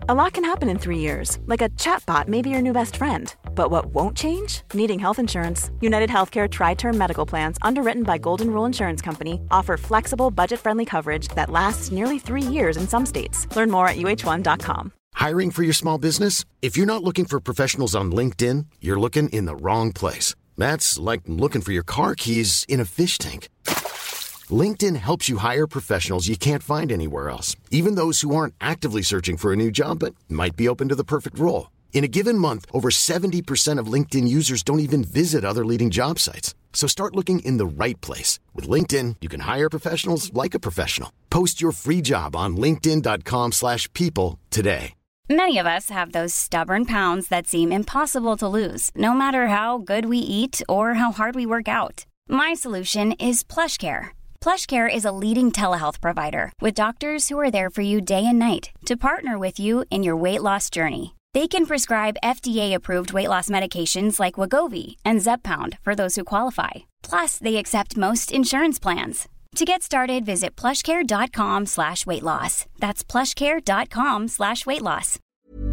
A lot can happen in 3 years, like a chatbot may be your new best friend. But what won't change? Needing health insurance. United Healthcare Tri-Term Medical Plans, underwritten by Golden Rule Insurance Company, offer flexible, budget-friendly coverage that lasts nearly 3 years in some states. Learn more at uh1.com. Hiring for your small business? If you're not looking for professionals on LinkedIn, you're looking in the wrong place. That's like looking for your car keys in a fish tank. LinkedIn helps you hire professionals you can't find anywhere else, even those who aren't actively searching for a new job but might be open to the perfect role. In a given month, over 70% of LinkedIn users don't even visit other leading job sites. So start looking in the right place. With LinkedIn, you can hire professionals like a professional. Post your free job on linkedin.com/people today. Many of us have those stubborn pounds that seem impossible to lose, no matter how good we eat or how hard we work out. My solution is PlushCare. PlushCare is a leading telehealth provider with doctors who are there for you day and night to partner with you in your weight loss journey. They can prescribe FDA-approved weight loss medications like Wegovy and Zepbound for those who qualify. Plus, they accept most insurance plans. To get started, visit plushcare.com/weightloss. That's plushcare.com/weightloss.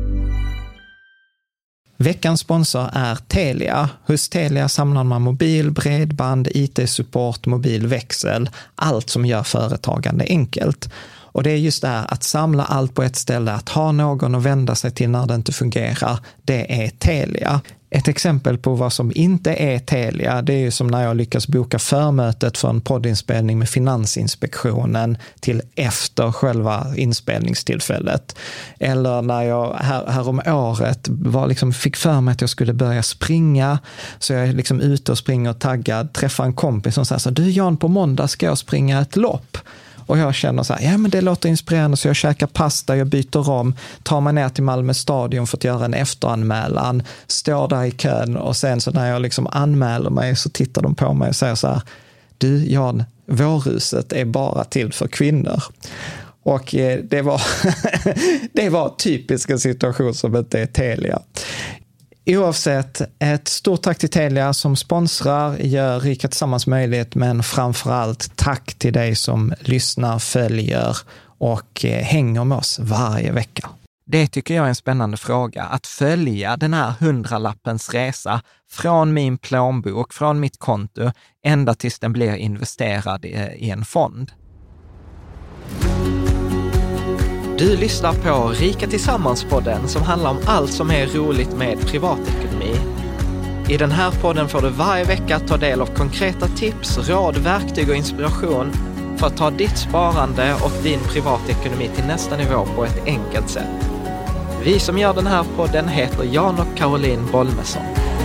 Veckans sponsor är Telia. Hos Telia samlar man mobil, bredband, IT-support, mobilväxel, allt som gör företagande enkelt. Och det är just det här att samla allt på ett ställe, att ha någon att vända sig till när det inte fungerar, det är Telia. Ett exempel på vad som inte är Telia, det är ju som när jag lyckas boka förmötet för en poddinspelning med Finansinspektionen till efter själva inspelningstillfället. Eller när jag här om året fick för mig att jag skulle börja springa, så jag är liksom ute och springer och taggad, träffar en kompis som säger så: du Jan, på måndag ska jag springa ett lopp. Och jag känner så här, ja men det låter inspirerande, så jag käkar pasta, jag byter om, tar mig ner till Malmö stadion för att göra en efteranmälan, står där i kön, och sen så när jag liksom anmäler mig så tittar de på mig och säger så här: du Jan, vårhuset är bara till för kvinnor. Och det var typisk en situation som inte är Telia. Oavsett, ett stort tack till Telia som sponsrar, gör Rika Tillsammans möjligt, men framförallt tack till dig som lyssnar, följer och hänger med oss varje vecka. Det tycker jag är en spännande fråga, att följa den här 100-lappens resa från min plånbok, från mitt konto, ända tills den blir investerad i en fond. Du lyssnar på Rika Tillsammans-podden som handlar om allt som är roligt med privatekonomi. I den här podden får du varje vecka ta del av konkreta tips, råd, verktyg och inspiration för att ta ditt sparande och din privatekonomi till nästa nivå på ett enkelt sätt. Vi som gör den här podden heter Jan och Caroline Bolmesson.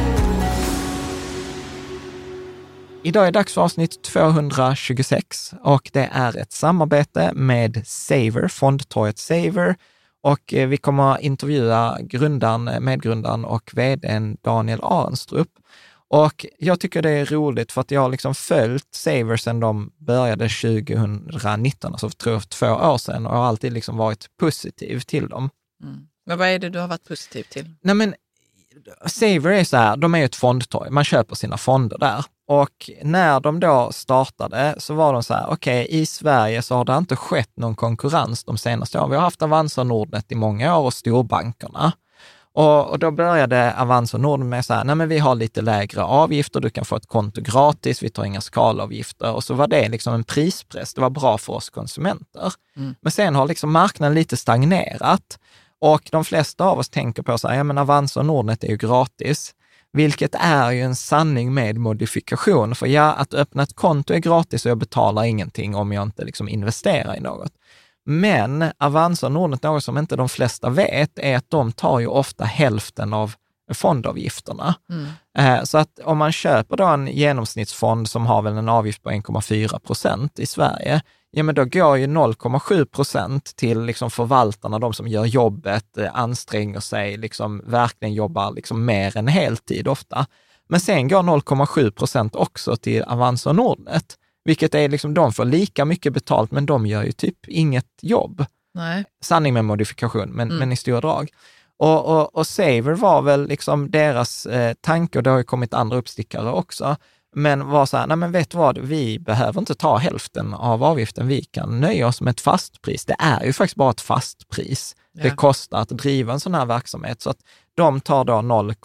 Idag är dags för avsnitt 226 och det är ett samarbete med Saver, fondtorget Saver, och vi kommer att intervjua medgrundaren och vdn Daniel Arenstrup. Och jag tycker det är roligt för att jag har liksom följt Saver sedan de började 2019, alltså för 2 år sedan, och jag har alltid liksom varit positiv till dem. Mm. Men vad är det du har varit positiv till? Nej men, Saver är så här, de är ju ett fondtorg, man köper sina fonder där. Och när de då startade så var de så här, okej, i Sverige så har det inte skett någon konkurrens de senaste åren. Vi har haft Avanza och Nordnet i många år och storbankerna. Och då började Avanza och Nordnet med så här, nej men vi har lite lägre avgifter, du kan få ett konto gratis, vi tar inga skalavgifter. Och så var det liksom en prispress, det var bra för oss konsumenter. Mm. Men sen har liksom marknaden lite stagnerat. Och de flesta av oss tänker på så här, ja men Avanza och Nordnet är ju gratis. Vilket är ju en sanning med modifikation. För ja, att öppna ett konto är gratis och jag betalar ingenting om jag inte liksom investerar i något. Men Avanza och Nordnet, något som inte de flesta vet, är att de tar ju ofta hälften av fondavgifterna. Mm. Så att om man köper då en genomsnittsfond som har väl en avgift på 1,4% i Sverige, ja men då går ju 0,7% till liksom förvaltarna, de som gör jobbet, anstränger sig, liksom verkligen jobbar liksom mer än heltid ofta. Men sen går 0,7% också till Avanza och Nordnet, vilket är liksom, de får lika mycket betalt men de gör ju typ inget jobb. Nej. Sanning med modifikation, men i stora drag. Och Saver var väl liksom deras tanke, och det har ju kommit andra uppstickare också. Men var så här, nej men vet du vad, vi behöver inte ta hälften av avgiften, vi kan nöja oss med ett fastpris. Det är ju faktiskt bara ett fastpris. Ja. Det kostar att driva en sån här verksamhet, så att de tar då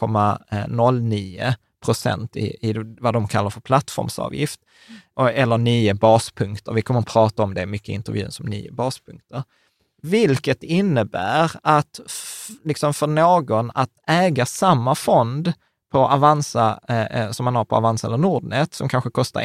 0,09% i vad de kallar för plattformsavgift, eller 9 baspunkter. Vi kommer att prata om det mycket i intervjun som 9 baspunkter. Vilket innebär att liksom för någon att äga samma fond på Avanza som man har på Avanza eller Nordnet, som kanske kostar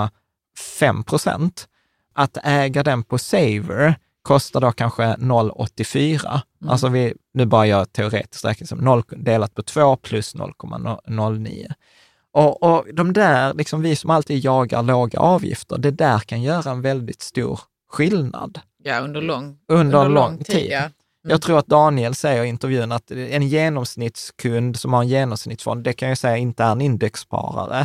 1,5%, att äga den på Saver kostar då kanske 0,84. Alltså vi nu bara gör teoretiskt räkning som 0 delat på 2 plus 0,09. Och de där, liksom vi som alltid jagar låga avgifter, det där kan göra en väldigt stor skillnad. Ja, under lång tid. Ja. Jag tror att Daniel säger i intervjun att en genomsnittskund som har en genomsnittsfond, det kan jag säga inte är en indexsparare,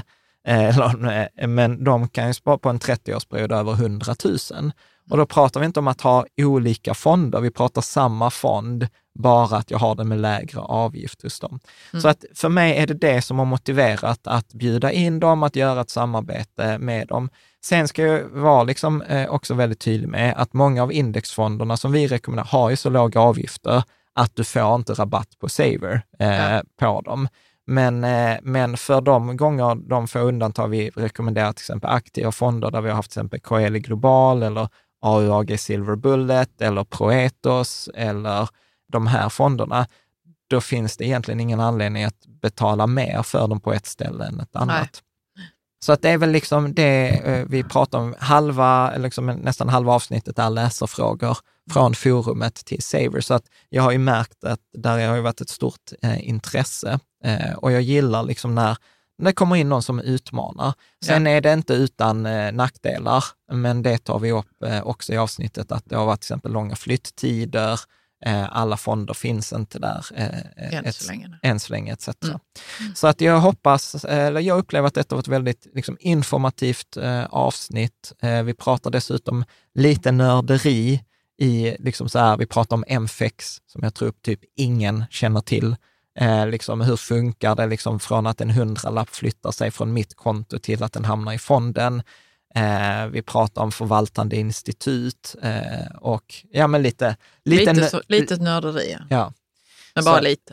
men de kan ju spara på en 30-årsperiod över 100 000. Och då pratar vi inte om att ha olika fonder, vi pratar samma fond, bara att jag har den med lägre avgift hos dem. Så att för mig är det som har motiverat att bjuda in dem, att göra ett samarbete med dem. Sen ska jag vara liksom, också väldigt tydlig med att många av indexfonderna som vi rekommenderar har ju så låga avgifter att du får inte rabatt på Saver på dem. Men för de gånger de får undantag, vi rekommenderar till exempel aktiva fonder där vi har haft till exempel Coeli Global eller AUAG Silver Bullet eller Proetos eller de här fonderna, då finns det egentligen ingen anledning att betala mer för dem på ett ställe än ett annat. Nej. Så att det är väl liksom det vi pratar om, nästan halva avsnittet är läsarfrågor från forumet till Saver. Så att jag har ju märkt att där har ju varit ett stort intresse och jag gillar liksom när det kommer in någon som utmanar. Sen är det inte utan nackdelar, men det tar vi upp också i avsnittet, att det har varit till exempel långa flytttider, alla fonder finns inte där än så länge etc. Så att jag hoppas, eller jag upplever att detta var ett väldigt liksom, informativt avsnitt. Vi pratar dessutom lite nörderi i, liksom så här, vi pratar om MFX som jag tror typ ingen känner till. Liksom, hur funkar det liksom, från att en 100-lapp flyttar sig från mitt konto till att den hamnar i fonden. Vi pratar om förvaltande institut och ja, men lite nörderi. Ja. Men bara lite.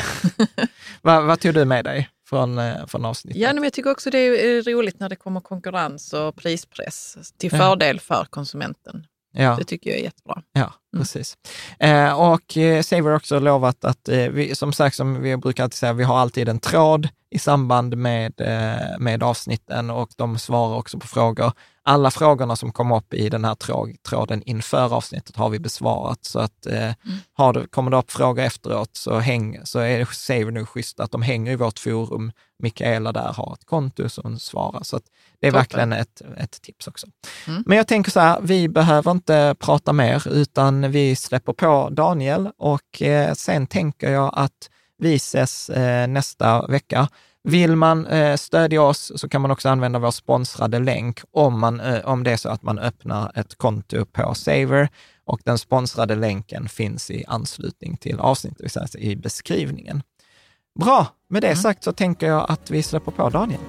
Vad tog du med dig från avsnittet? Ja, men jag tycker också det är roligt när det kommer konkurrens och prispress till fördel för konsumenten. Ja. Det tycker jag är jättebra. Ja, precis. Och Saver har också lovat att vi, som sagt, som vi brukar alltid säga, vi har alltid en tråd i samband med avsnitten och de svarar också på frågor. Alla frågorna som kom upp i den här tråden inför avsnittet har vi besvarat. Så att kommer det upp frågor efteråt så är Saver nu schysst att de hänger i vårt forum. Mikaela där har ett konto som svarar. Så att det är verkligen ett tips också. Men jag tänker så här, vi behöver inte prata mer utan vi släpper på Daniel och sen tänker jag att vi ses nästa vecka. Vill man stödja oss så kan man också använda vår sponsrade länk om det är så att man öppnar ett konto på Saver, och den sponsrade länken finns i anslutning till avsnittet, vill säga i beskrivningen. Bra, med det sagt så tänker jag att vi släpper på Daniel.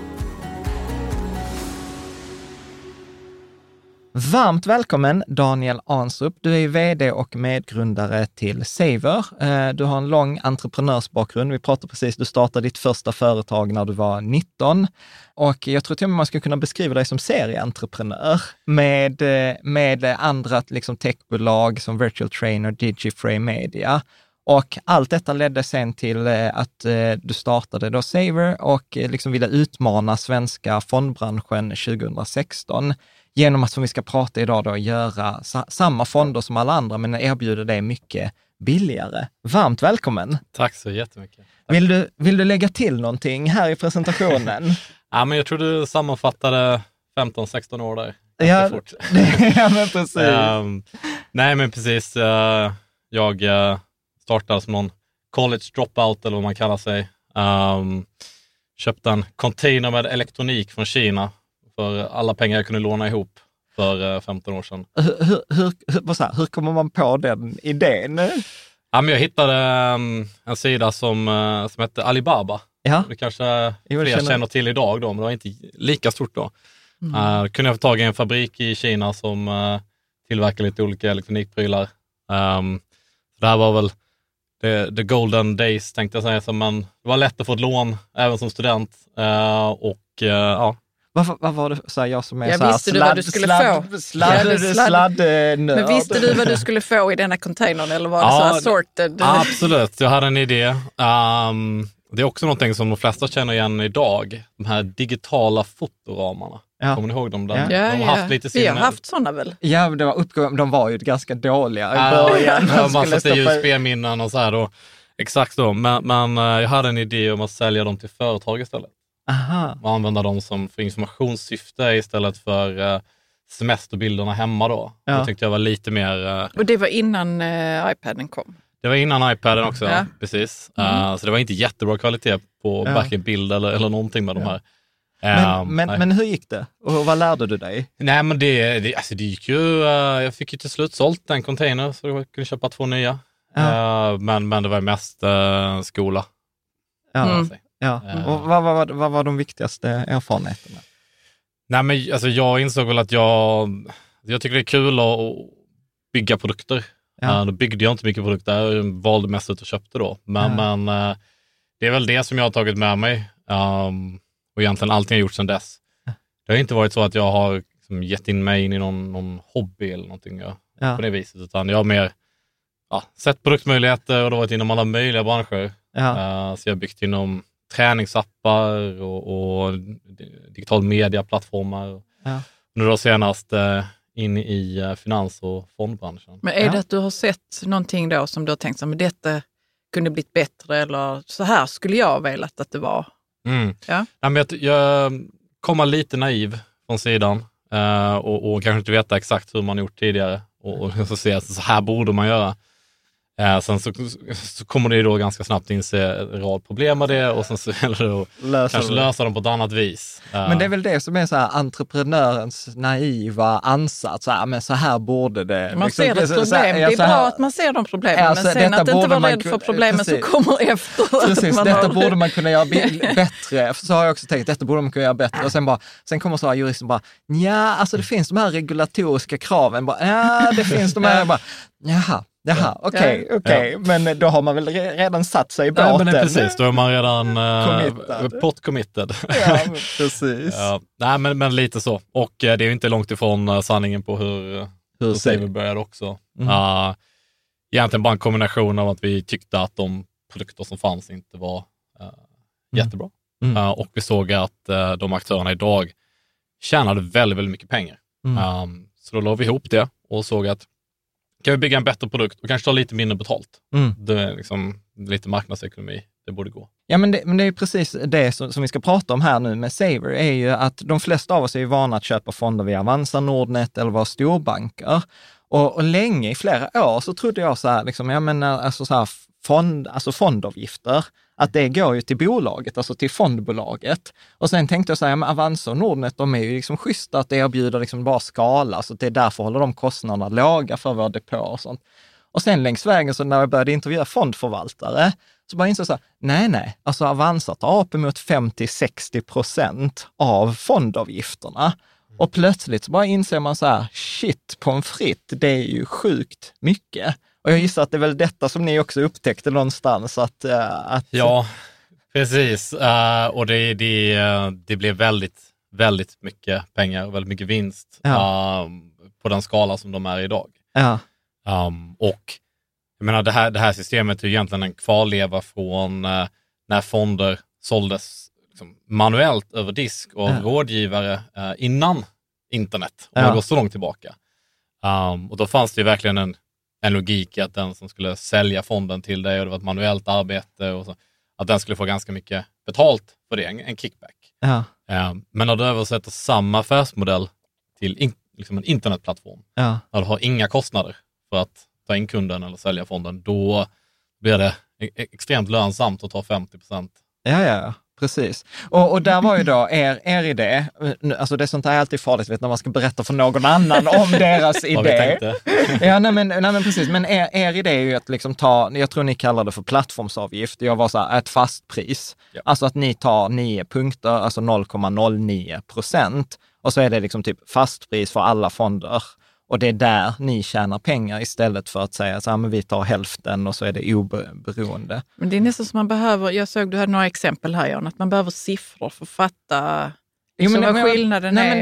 Varmt välkommen Daniel Arnstrup. Du är vd och medgrundare till Saver. Du har en lång entreprenörsbakgrund. Vi pratade precis, du startade ditt första företag när du var 19. Och jag tror till och med man ska kunna beskriva dig som serieentreprenör med andra liksom techbolag som Virtual Trainer, Digiframe Media. Och allt detta ledde sen till att du startade då Saver och liksom ville utmana svenska fondbranschen 2016 genom att, som vi ska prata idag då, göra samma fonder som alla andra men erbjuder det mycket billigare. Varmt välkommen! Tack så jättemycket. Vill du lägga till någonting här i presentationen? Ja, men jag tror du sammanfattade 15-16 år där. Ja, ja, men precis. Nej, men precis. Jag startade som någon college dropout eller vad man kallar sig. Köpte en container med elektronik från Kina för alla pengar jag kunde låna ihop för 15 år sedan. Hur kommer man på den idén? Ja, men jag hittade en sida som hette Alibaba. Ja. Det kanske fler känner till idag då, men det var inte lika stort då. Kunde jag få tag i en fabrik i Kina som tillverkar lite olika elektronikprylar. Det här var väl the golden days, tänkte jag säga. Så det var lätt att få ett lån även som student. Vad var det så här, jag som är jag så här visste du vad du skulle få. Men visste du vad du skulle få i denna containern, eller var det så här sorted? Absolut, jag hade en idé. Det är också någonting som de flesta känner igen idag. De här digitala fotoramarna. Ja. Kommer ni ihåg dem? De har haft lite vi har haft sådana väl? Ja, de var ju ganska dåliga i början. Man satte USB-minnen och så här då. Exakt så. Men jag hade en idé om att sälja dem till företag istället. Aha. Och använda dem som för informationssyfte istället för semesterbilderna hemma då. Det tyckte jag var lite mer... Och det var innan iPaden kom? Det var innan iPaden också, precis. Så det var inte jättebra kvalitet på varken bild eller någonting med de här. Men hur gick det? Och vad lärde du dig? Nej, men det gick ju... jag fick ju till slut sålt en container så jag kunde köpa 2 nya. Men det var mest skola. Och vad var de viktigaste erfarenheterna? Nej, men alltså, jag insåg väl att jag tycker det är kul att bygga produkter. Då byggde jag inte mycket produkter, jag valde mest ut och köpte då. Men det är väl det som jag har tagit med mig. Och egentligen allting jag gjort sedan dess. Det har inte varit så att jag har liksom gett in mig in i någon hobby eller någonting på det viset. Utan jag har mer sett produktmöjligheter och då varit inom alla möjliga branscher. Så jag har byggt inom träningsappar och digital media-plattformar. Nu då senast in i finans- och fondbranschen. Men är det att du har sett någonting då som du har tänkt att detta kunde blivit bättre eller så här skulle jag velat att det var? Ja, men jag kommer lite naiv från sidan och kanske inte veta exakt hur man gjort tidigare och så se att så här borde man göra. Sen så kommer det då ganska snabbt inse en rad problem med det och sen så gäller det att kanske lösa dem på ett annat vis. Men det är väl det som är så här entreprenörens naiva ansats. Så här borde det. Man ser ett problem. Det är bra att man ser de problemen. Men sen att inte vara rädd för problemen som kommer efter. Precis, detta borde man kunna göra bättre. Så har jag också tänkt, detta borde man kunna göra bättre. Och sen kommer så här juristen bara, det finns de här regulatoriska kraven. Det finns de här, Jaha, okej. Men då har man väl redan satt sig i båten. Ja, men precis. Då är man redan committed. Ja, precis. Nej, men lite så. Och det är ju inte långt ifrån sanningen på hur Saver började också. Egentligen bara en kombination av att vi tyckte att de produkter som fanns inte var jättebra. Och vi såg att de aktörerna idag tjänade väldigt, väldigt mycket pengar. Så då la vi ihop det och såg att kan vi bygga en bättre produkt och kanske ta lite mindre betalt. Det är liksom lite marknadsekonomi, det borde gå. Ja, men det är precis det som vi ska prata om här nu med Saver, är ju att de flesta av oss är ju vana att köpa fonder via Avanza, Nordnet eller våra storbanker. Och länge, i flera år, så trodde jag så här, fondavgifter, att det går ju till bolaget, alltså till fondbolaget. Och sen tänkte jag så här, Avanza och Nordnet, de är ju liksom schyssta att det erbjuder liksom bara skala, så det är därför håller de kostnaderna låga för vår depå och sånt. Och sen längs vägen, så när jag började intervjua fondförvaltare, så bara insåg jag så här, nej, alltså Avanza tar upp emot 50-60% av fondavgifterna. Och plötsligt så bara inser man så här, shit, pommes frites, det är ju sjukt mycket. Och jag gissar att det är väl detta som ni också upptäckte någonstans. Ja, precis. Och det blev väldigt, väldigt mycket pengar och väldigt mycket vinst på den skala som de är idag. Och jag menar, det här systemet är egentligen en kvarleva från när fonder såldes liksom manuellt över disk och rådgivare innan internet. Om man går så långt tillbaka. Och då fanns det ju verkligen en logik i att den som skulle sälja fonden till dig, och det var ett manuellt arbete, och så, att den skulle få ganska mycket betalt för det, en kickback. Men när du översätter samma affärsmodell till liksom en internetplattform, när du har inga kostnader för att ta in kunden eller sälja fonden, då blir det extremt lönsamt att ta 50% Precis. Och där var ju då er idé, alltså det är sånt här alltid farligt, vet, när man ska berätta för någon annan om deras idé. Ja, nej men precis. Men er idé är ju att liksom jag tror ni kallar det för plattformsavgift. Jag var så här, ett fast pris. Ja. Alltså att ni tar 9 punkter, alltså 0,09%. Och så är det liksom typ fast pris för alla fonder. Och det är där ni tjänar pengar istället för att säga så här, men vi tar hälften och så är det oberoende. Men det är nästan som man behöver, jag såg du hade några exempel här Jan, att man behöver siffror för att fatta vad skillnaden är.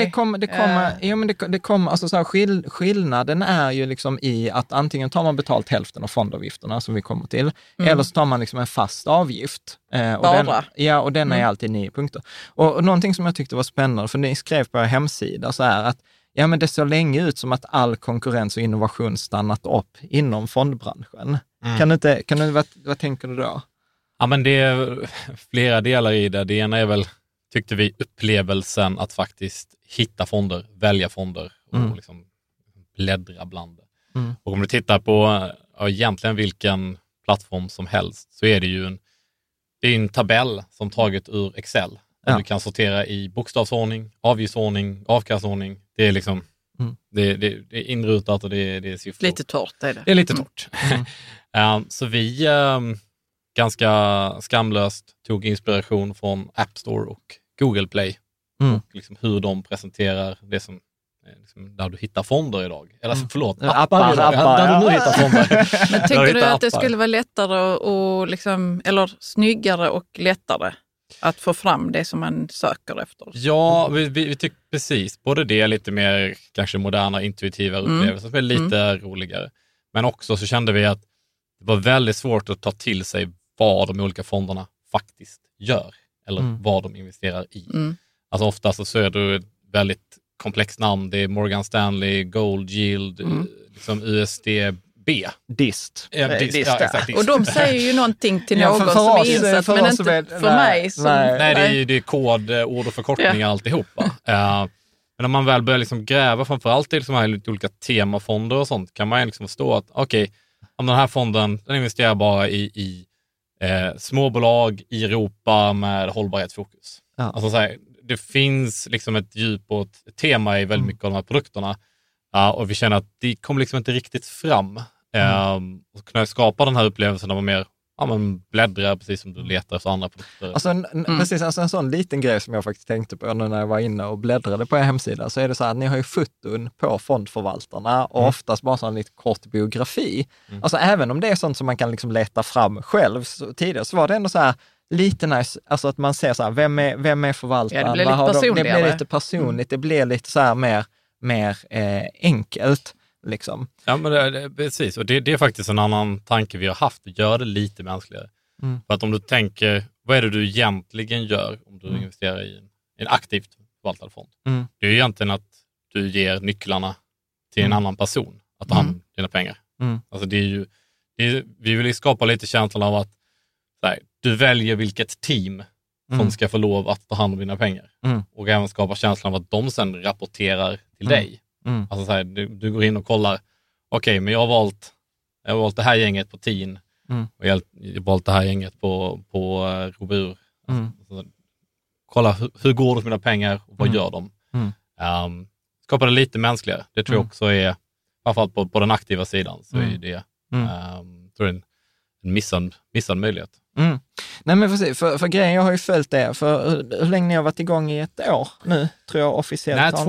Det kommer, alltså så här, skillnaden är ju liksom i att antingen tar man betalt hälften av fondavgifterna som vi kommer till, eller så tar man liksom en fast avgift. Och den är alltid 9 punkter. Och någonting som jag tyckte var spännande, för ni skrev på er hemsida så här att ja, men det ser länge ut som att all konkurrens och innovation stannat upp inom fondbranschen. Vad tänker du då? Ja, men det är flera delar i det. Det ena är väl, tyckte vi, upplevelsen att faktiskt hitta fonder, välja fonder och liksom bläddra bland det. Och om du tittar på egentligen vilken plattform som helst så är det ju en tabell som taget ur Excel. Du kan sortera i bokstavsordning, avgiftsordning, avkastordning. Det är liksom det är inrutat och det är siffror. Lite torrt är det. Det är lite torrt. Så vi ganska skamlöst tog inspiration från App Store och Google Play. Och liksom hur de presenterar det som liksom där du hittar fonder idag. Eller förlåt, appar där du nu hittar fonder. Men tycker du att det skulle vara lättare och liksom, eller snyggare och lättare att få fram det som man söker efter? Ja, vi tycker precis. Både det lite mer kanske moderna, intuitiva upplevelser som är lite roligare. Men också så kände vi att det var väldigt svårt att ta till sig vad de olika fonderna faktiskt gör. Eller vad de investerar i. Alltså oftast så är det ett väldigt komplext namn. Det är Morgan Stanley, Gold Yield, liksom USDB. DIST. Exakt. Och de säger ju någonting till någon som är insatt, men inte för mig. Nej, det är kod, ord och förkortningar alltihopa. Men om man väl börjar liksom gräva framförallt i liksom här lite olika temafonder och sånt, kan man liksom förstå att om den här fonden, den investerar bara i småbolag i Europa med hållbarhetsfokus. Ja. Alltså så här, det finns liksom ett djup och ett tema i väldigt mycket av de här produkterna. Och vi känner att det kommer liksom inte riktigt fram. Och kunna skapa den här upplevelsen av mer man bläddrar precis som du letar efter andra produkter. Alltså, precis, alltså en sån liten grej som jag faktiskt tänkte på när jag var inne och bläddrade på er hemsida, så är det så här att ni har ju foton på fondförvaltarna och oftast bara så en lite kort biografi. Alltså även om det är sånt som man kan liksom leta fram själv, så tidigare så var det ändå så här lite nice, alltså att man ser så här, vem är förvaltaren? Ja, det blir lite personligt, det blir lite så här mer enkelt. Liksom. Ja, men precis. Och det är faktiskt en annan tanke vi har haft. Gör det lite mänskligare. För att om du tänker, vad är det du egentligen gör om du investerar i en aktivt förvaltad fond? Det är ju egentligen att du ger nycklarna till en annan person att ta hand om dina pengar. Alltså vi vill ju skapa lite känslan av att du väljer vilket team som ska få lov att ta hand om dina pengar. Och även skapa känslan av att de sen rapporterar till dig. Alltså så här, du går in och kollar, okej, men jag har valt det här gänget på TIN och jag har valt det här gänget på Robur. Alltså, kolla hur går det med mina pengar och vad gör de? Skapa det lite mänskligare. Det tror jag också är, framförallt på den aktiva sidan, så är det tror jag en missad möjlighet. Nej, men för grejen, jag har ju följt det. För hur länge ni har varit igång i ett år nu, tror jag officiellt? Nej, 2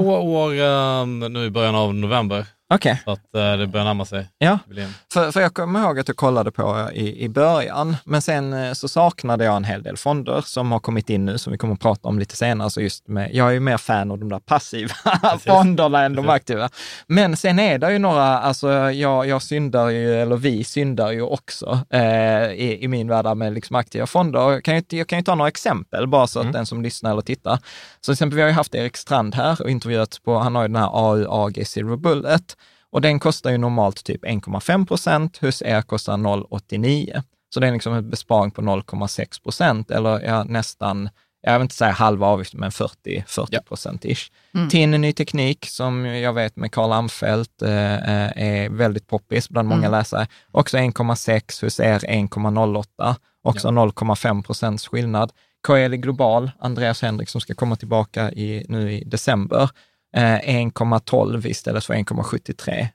år nu i början av november. Okej. Så att det börjar närma sig. Ja, för jag kommer ihåg att jag kollade på i början, men sen så saknade jag en hel del fonder som har kommit in nu, som vi kommer att prata om lite senare. Så just jag är ju mer fan av de där passiva fonderna än de aktiva. Men sen är det ju några, alltså jag syndar ju, eller vi syndar ju också i min värld med liksom aktiva fonder. Jag kan ju ta några exempel bara så att den som lyssnar eller tittar. Så till exempel, vi har ju haft Erik Strand här och intervjuat han har ju den här AUAG Silver Bullet. Och den kostar ju normalt typ 1,5%, hos er kostar 0,89. Så det är liksom en besparing på 0,6%, eller nästan, jag vill inte säga halva avgift, men 40%-ish. TIN Ny Teknik, som jag vet med Carl Amfelt är väldigt poppis bland många läsare. Också 1,6, hos er 1,08, också 0,5% skillnad. Coeli Global, Andreas Henrik som ska komma tillbaka nu i december, 1,12 istället för 1,73,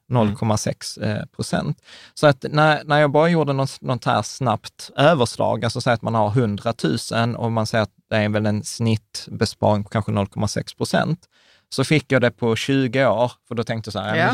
0,6%. Så att när jag bara gjorde något här snabbt överslag, alltså säger att man har 100 000 och man säger att det är väl en snittbesparing på kanske 0,6%, så fick jag det på 20 år, för då tänkte jag så här,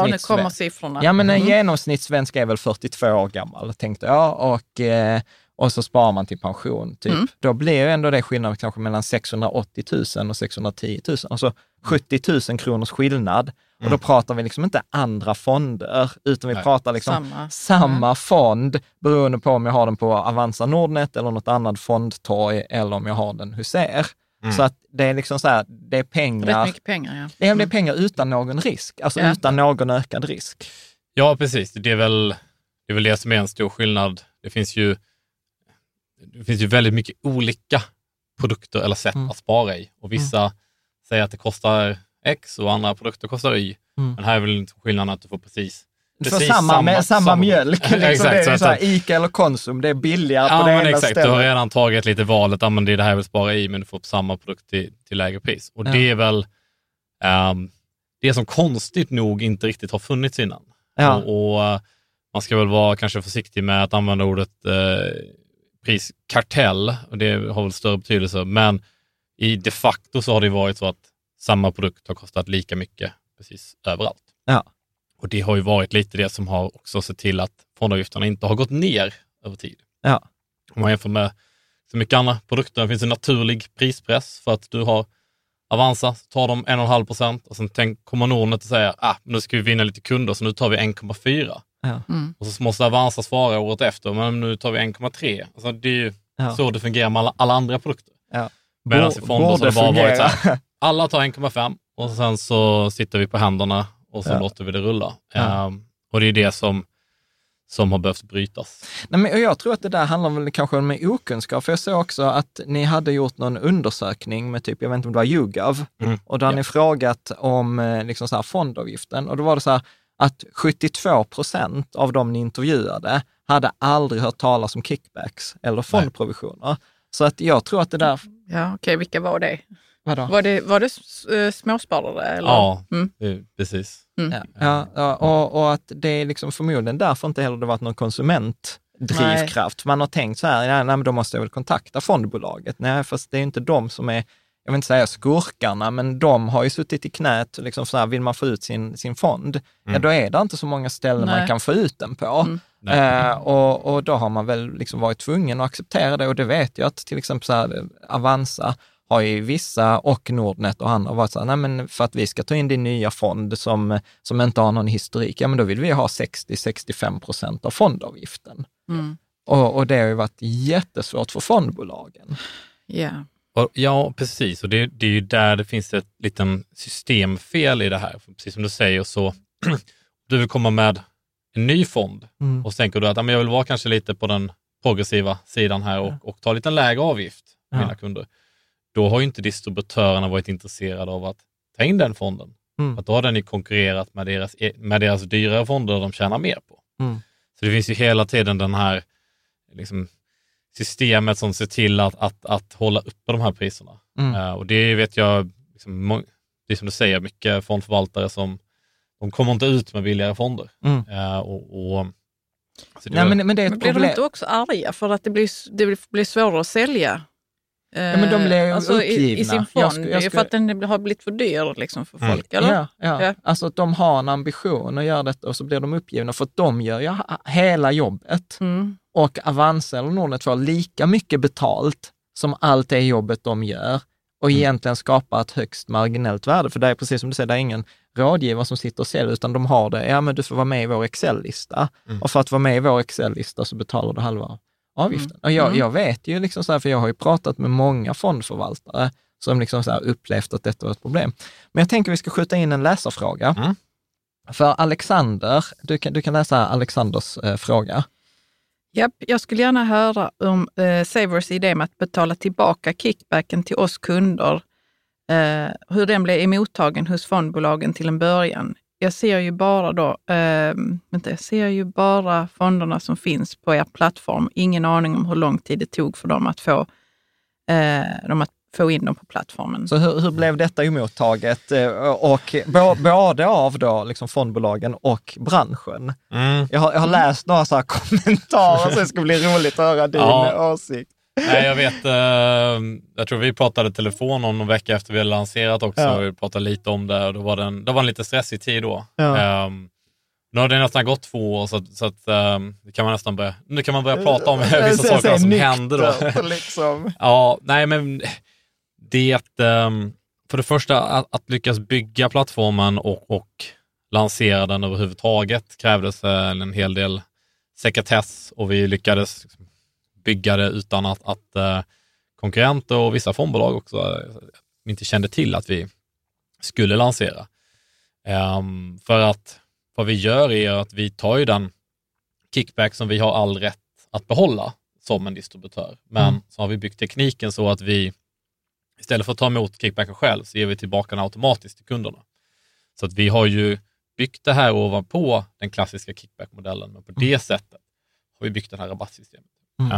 genomsnittssvensk är väl 42 år gammal, tänkte jag, och så sparar man till pension, typ. Då blir ju ändå det skillnad kanske mellan 680 000 och 610 000, alltså 70 000 kronors skillnad. Och då pratar vi liksom inte andra fonder, utan vi pratar liksom samma fond, beroende på om jag har den på Avanza Nordnet eller något annat fondtorg, eller om jag har den hos er. Så att det är liksom så här, det är pengar. Rätt mycket pengar, ja. Det är pengar utan någon risk, alltså utan någon ökad risk. Ja, precis. Det är väl det som är en stor skillnad. Det finns ju väldigt mycket olika produkter eller sätt att spara i. Och vissa säger att det kostar X och andra produkter kostar Y. Men här är väl inte skillnaden att du får precis samma mjölk. Liksom. Exakt, det är så här, Ica eller Konsum, det är billigare på det ena exakt. stället. Du har redan tagit lite valet, men det är det här jag vill spara i, men du får samma produkt till lägre pris. Och det är väl det som konstigt nog inte riktigt har funnits innan. Och man ska väl vara kanske försiktig med att använda ordet priskartell, och det har väl större betydelse, men i de facto så har det varit så att samma produkt har kostat lika mycket precis överallt. Ja. Och det har ju varit lite det som har också sett till att fondavgifterna inte har gått ner över tid. Ja. Om man jämför med så mycket andra produkter, det finns en naturlig prispress för att du har Avanza, så tar de 1,5% och sen kommer Nordnet och säger nu ska vi vinna lite kunder, så nu tar vi 1,4%. Ja. Och så måste Avanza svara året efter, men nu tar vi 1,3%. Alltså det är ju så det fungerar med alla andra produkter. Ja. Medan i fonder så har det bara varit så här, alla tar 1,5% och sen så sitter vi på händerna och så låter vi det rulla. Och det är det som har behövt brytas. Nej, men jag tror att det där handlar väl kanske om okunskap. För jag såg också att ni hade gjort någon undersökning med typ, jag vet inte om det var YouGov, och då har ni frågat om liksom så här fondavgiften. Och då var det så här att 72% av de ni intervjuade hade aldrig hört talas om kickbacks eller fondprovisioner. Så att jag tror att det där... Ja, okej. Vilka var det? Vadå? Var det småsparare? Eller? Ja, precis. Och att det är liksom förmodligen därför inte heller det varit någon konsumentdrivkraft. Man har tänkt så här, men då måste jag väl kontakta fondbolaget. Nej, fast det är inte de som är, jag vill inte säga skurkarna, men de har ju suttit i knät, liksom så här, vill man få ut sin fond, då är det inte så många ställen man kan få ut den på. Och då har man väl liksom varit tvungen att acceptera det, och det vet jag att till exempel så här, Avanza har ju vissa, och Nordnet och andra varit så här, nej men för att vi ska ta in din nya fond som inte har någon historik, ja men då vill vi ha 60-65% av fondavgiften. Och det har ju varit jättesvårt för fondbolagen. Yeah. Ja, precis. Och det är ju där det finns ett liten systemfel i det här. För precis som du säger, så du vill komma med en ny fond och så tänker du att jag vill vara kanske lite på den progressiva sidan här och ta lite lägre avgift för mina kunder. Då har ju inte distributörerna varit intresserade av att ta in den fonden. Att då har den ju konkurrerat med deras dyrare fonder de tjänar mer på. Så det finns ju hela tiden den här liksom, systemet som ser till att hålla uppe de här priserna. Och det vet jag, liksom, det är som du säger, mycket fondförvaltare som de kommer inte ut med billigare fonder. Så men det är ett problem. Blir de inte också arga för att det blir svårare att sälja? Men de blir uppgivna. I sin fond, för att den har blivit för dyr liksom, för folk, eller? Ja. Alltså att de har en ambition att göra detta, och så blir de uppgivna för att de gör hela jobbet. Och Avanza eller Nordnet får lika mycket betalt som allt det jobbet de gör, och egentligen skapar ett högst marginellt värde. För det är precis som du säger, det är ingen rådgivare som sitter och säljer, utan de har det, men du får vara med i vår Excel-lista. Och för att vara med i vår Excel-lista så betalar du halva avgiften. Och jag vet ju liksom så här, för jag har ju pratat med många fondförvaltare som liksom så här upplevt att detta var ett problem. Men jag tänker vi ska skjuta in en läsarfråga. För Alexander, du kan läsa Alexanders fråga. Japp, jag skulle gärna höra om Savers idé med att betala tillbaka kickbacken till oss kunder. Hur den blev emottagen hos fondbolagen till en början. Jag ser ju bara fonderna som finns på er plattform. Ingen aning om hur lång tid det tog för dem att få dem att få in dem på plattformen. Så hur blev detta emottaget? Och både av då liksom fondbolagen och branschen? Jag har läst några så här kommentarer så det ska bli roligt att höra din åsikt. Nej, jag vet. Jag tror vi pratade telefon om någon vecka efter vi hade lanserat också. Ja. Vi pratade lite om det och då var det en lite stressig tid då. Ja. Nu har det nästan gått 2 år så att kan man nästan börja prata om vissa saker som händer då. Liksom. Ja, nej men det för det första att lyckas bygga plattformen och lansera den överhuvudtaget krävdes en hel del sekretess och vi lyckades liksom bygga det utan att konkurrenter och vissa fondbolag också inte kände till att vi skulle lansera. För att vad vi gör är att vi tar ju den kickback som vi har all rätt att behålla som en distributör. Men så har vi byggt tekniken så att vi istället för att ta emot kickbacken själv så ger vi tillbaka den automatiskt till kunderna. Så att vi har ju byggt det här ovanpå den klassiska kickback-modellen. Men på det sättet har vi byggt det här rabattsystemet.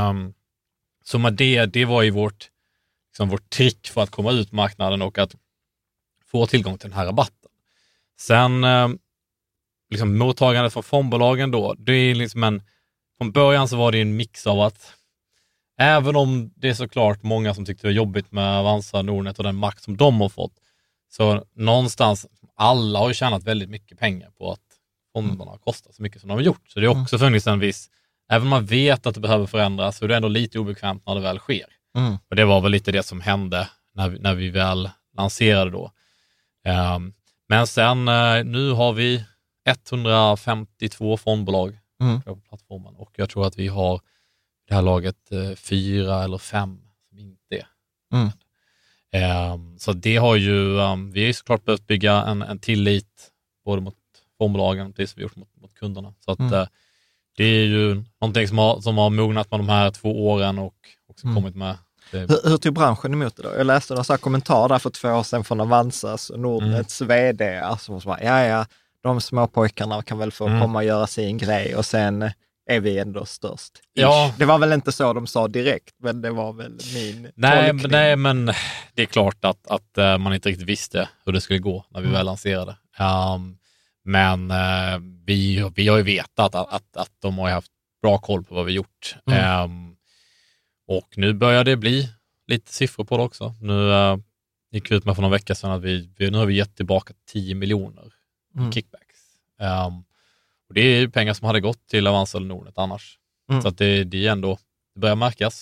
Så med det var ju vårt trick för att komma ut marknaden och att få tillgång till den här rabatten. Sen liksom mottagandet från fondbolagen då, det är liksom från början så var det en mix av att även om det är såklart många som tyckte det var jobbigt med Avanza, Nordnet och den makt som de har fått, så någonstans alla har ju tjänat väldigt mycket pengar på att fonderna har kostat så mycket som de har gjort. Så det är också funnits en viss, även om man vet att det behöver förändras så är det ändå lite obekvämt när det väl sker. Och det var väl lite det som hände när vi väl lanserade då. Men sen nu har vi 152 fondbolag på plattformen och jag tror att vi har det här laget 4 eller 5 som inte är. Så det har ju, vi har ju såklart behövt bygga en tillit både mot fondbolagen och det som vi gjort mot kunderna. Så att det är ju någonting som har mognat med de här 2 åren och också kommit med. Hur tog branschen emot det då? Jag läste någon sån här kommentar där för 2 år sedan från Avanzas och Nordnets vd som bara, de små pojkarna kan väl få komma och göra sin grej och sen är vi ändå störst. Ja. Det var väl inte så de sa direkt, men det var väl min tolkning. Nej, men det är klart att man inte riktigt visste hur det skulle gå när vi väl lanserade. Men vi har ju vetat att de har haft bra koll på vad vi gjort. Och nu börjar det bli lite siffror på det också. Nu gick vi ut med för någon vecka sedan att nu har vi gett tillbaka 10 miljoner kickbacks. Och det är pengar som hade gått till Avanza eller Nordnet annars. Så att det är ändå, det börjar märkas.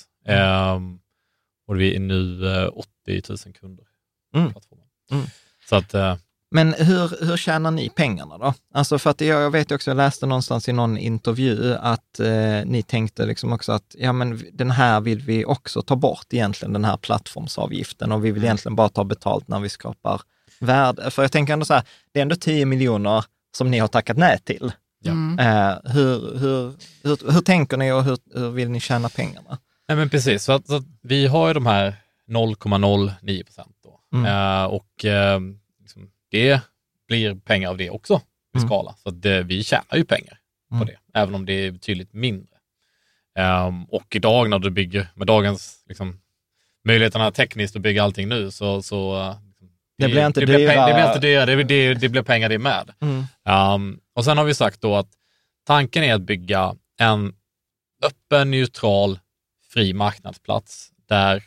Och vi är nu 80 000 kunder på plattformen. Så att, men hur tjänar ni pengarna då? Alltså för att jag vet också, jag läste någonstans i någon intervju att ni tänkte liksom också att men den här vill vi också ta bort egentligen, den här plattformsavgiften och vi vill egentligen bara ta betalt när vi skapar värde. För jag tänker ändå så här, det är ändå 10 miljoner som ni har tackat nej till. Hur tänker ni och hur vill ni tjäna pengarna? Nej men precis, så att vi har ju de här 0,09% då. Och liksom, det blir pengar av det också i skala. Så att vi tjänar ju pengar på det, även om det är betydligt mindre. Och idag när du bygger, med dagens liksom, möjligheterna tekniskt att bygga allting nu så det blir inte dyrare. Det blir pengar det med. Och sen har vi sagt då att tanken är att bygga en öppen, neutral, fri marknadsplats där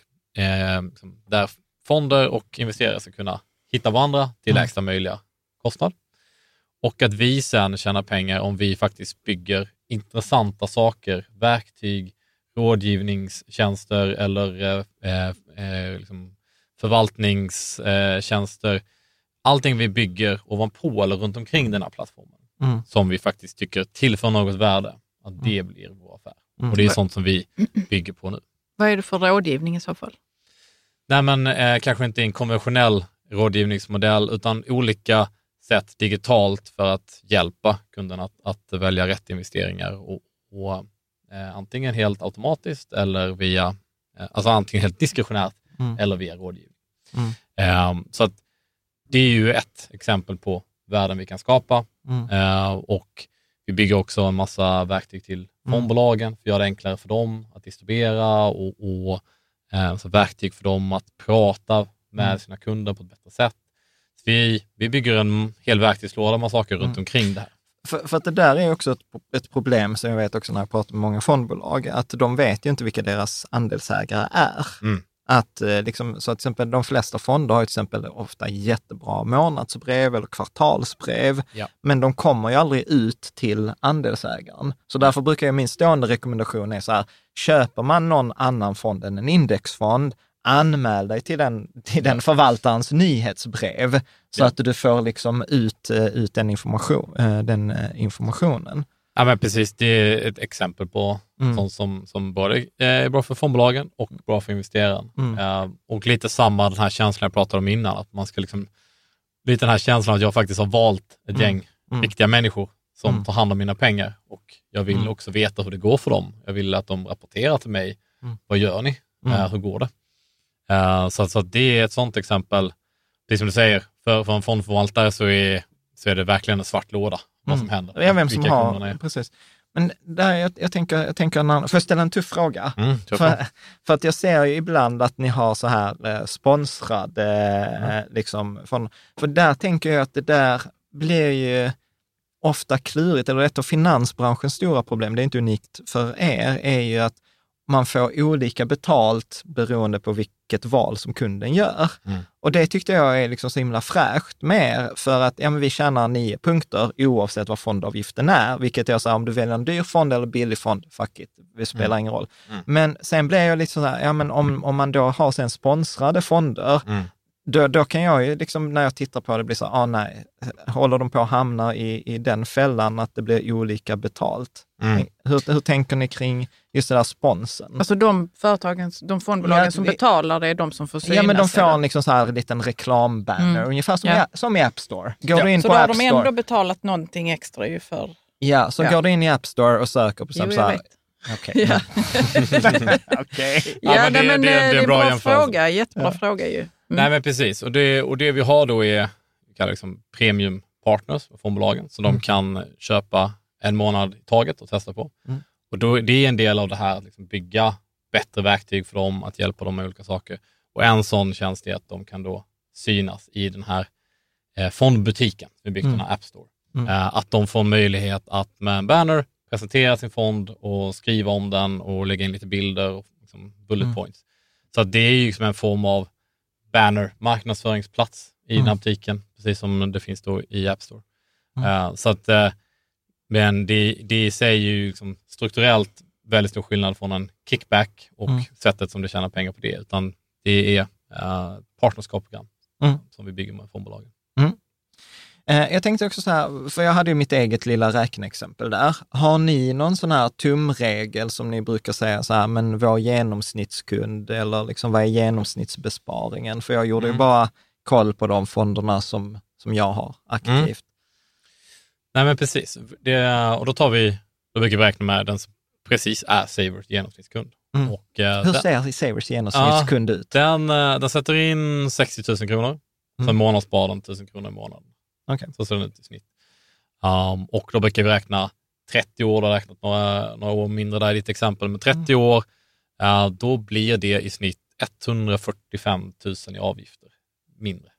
fonder och investerare ska kunna hitta varandra till lägsta möjliga kostnad. Och att vi sen tjänar pengar om vi faktiskt bygger intressanta saker, verktyg, rådgivningstjänster eller liksom förvaltningstjänster. Allting vi bygger ovanpå eller runt omkring den här plattformen som vi faktiskt tycker tillför något värde, att det blir vår affär. Och det är sånt som vi bygger på nu. Vad är det för rådgivning i så fall? Nej men kanske inte en konventionell rådgivningsmodell utan olika sätt digitalt för att hjälpa kunderna att välja rätt investeringar och antingen helt automatiskt eller via, alltså antingen helt diskretionärt eller via rådgivning. Så att det är ju ett exempel på värden vi kan skapa och vi bygger också en massa verktyg till fondbolagen för att göra det enklare för dem att distribuera och Så verktyg för dem att prata med sina kunder på ett bättre sätt. Så vi bygger en hel verktygslåda med saker runt omkring det här. För att det där är också ett problem som jag vet också när jag pratar med många fondbolag, att de vet ju inte vilka deras andelsägare är. Att liksom, så att till exempel de flesta fonder har till exempel ofta jättebra månadsbrev eller kvartalsbrev, men de kommer ju aldrig ut till andelsägaren. Så därför brukar min stående rekommendation är så här, köper man någon annan fond än en indexfond, anmäl dig till den förvaltarens nyhetsbrev så att du får liksom ut den informationen. Ja, men precis. Det är ett exempel på sånt som både är bra för fondbolagen och bra för investeraren. Och lite samma den här känslan jag pratade om innan, att man ska liksom, lite den här känslan att jag faktiskt har valt ett gäng viktiga människor som tar hand om mina pengar, och jag vill också veta hur det går för dem. Jag vill att de rapporterar till mig. Vad gör ni? Hur går det? Så det är ett sånt exempel. Det är som du säger, för en fondförvaltare så är det verkligen en svart låda vad som händer. Ja, vem som har, precis. Men där jag tänker får jag ställa en tuff fråga? För att jag ser ju ibland att ni har så här sponsrade liksom, för där tänker jag att det där blir ju ofta klurigt, eller ett av finansbranschens stora problem, det är inte unikt för er, är ju att man får olika betalt beroende på vilket val som kunden gör. Och det tyckte jag är liksom så himla fräscht med, för att vi tjänar 9 punkter oavsett vad fondavgiften är, vilket jag sa, om du väljer en dyr fond eller billig fond, fuck it, det spelar ingen roll. Men sen blir jag lite så här, men om man då har sen sponsrade fonder, då kan jag ju liksom, när jag tittar på det, bli så nej, håller de på att hamna i den fällan att det blir olika betalt? Hur tänker ni kring just det där sponsen? Alltså de fondbolagen som betalar, det är de som får synas. Ja, men de får en liksom så här liten reklambanner, ungefär som i App Store. Går du in så på då har App de Store, ändå betalat någonting extra ju för... Ja, så går du in i App Store och söker på så här... Okej. Ja, men det är en bra fråga, jättebra fråga ju. Nej, men precis. Och det vi har då är liksom premium partners för fondbolagen, så de kan köpa en månad i taget och testa på. Och då, det är en del av det här, liksom bygga bättre verktyg för dem, att hjälpa dem med olika saker. Och en sån tjänst är att de kan då synas i den här fondbutiken, vi byggt den här App Store. Att de får möjlighet att med en banner presentera sin fond och skriva om den och lägga in lite bilder och liksom bullet points. Så att det är ju liksom en form av banner, marknadsföringsplats i den här butiken, precis som det finns då i App Store. Så att, men det i sig är ju liksom strukturellt väldigt stor skillnad från en kickback och sättet som det tjänar pengar på det, utan det är partnerskapsprogram som vi bygger med fondbolagen. Jag tänkte också så här, för jag hade ju mitt eget lilla räkneexempel där. Har ni någon sån här tumregel som ni brukar säga så här, men vår genomsnittskund, eller liksom vad är genomsnittsbesparingen? För jag gjorde ju bara koll på de fonderna som jag har aktivt. Nej, men precis. Och då brukar vi räkna med den som precis är Savers genomsnittskund. Och, hur ser Savers genomsnittskund ut? Den sätter in 60 000 kronor. Sen månadsspar den 1 000 kronor i månaden. Så ser den ut i snitt. Och då brukar vi räkna 30 år, då har jag räknat några år mindre där i ditt exempel, men 30 år, då blir det i snitt 145 000 i avgifter mindre.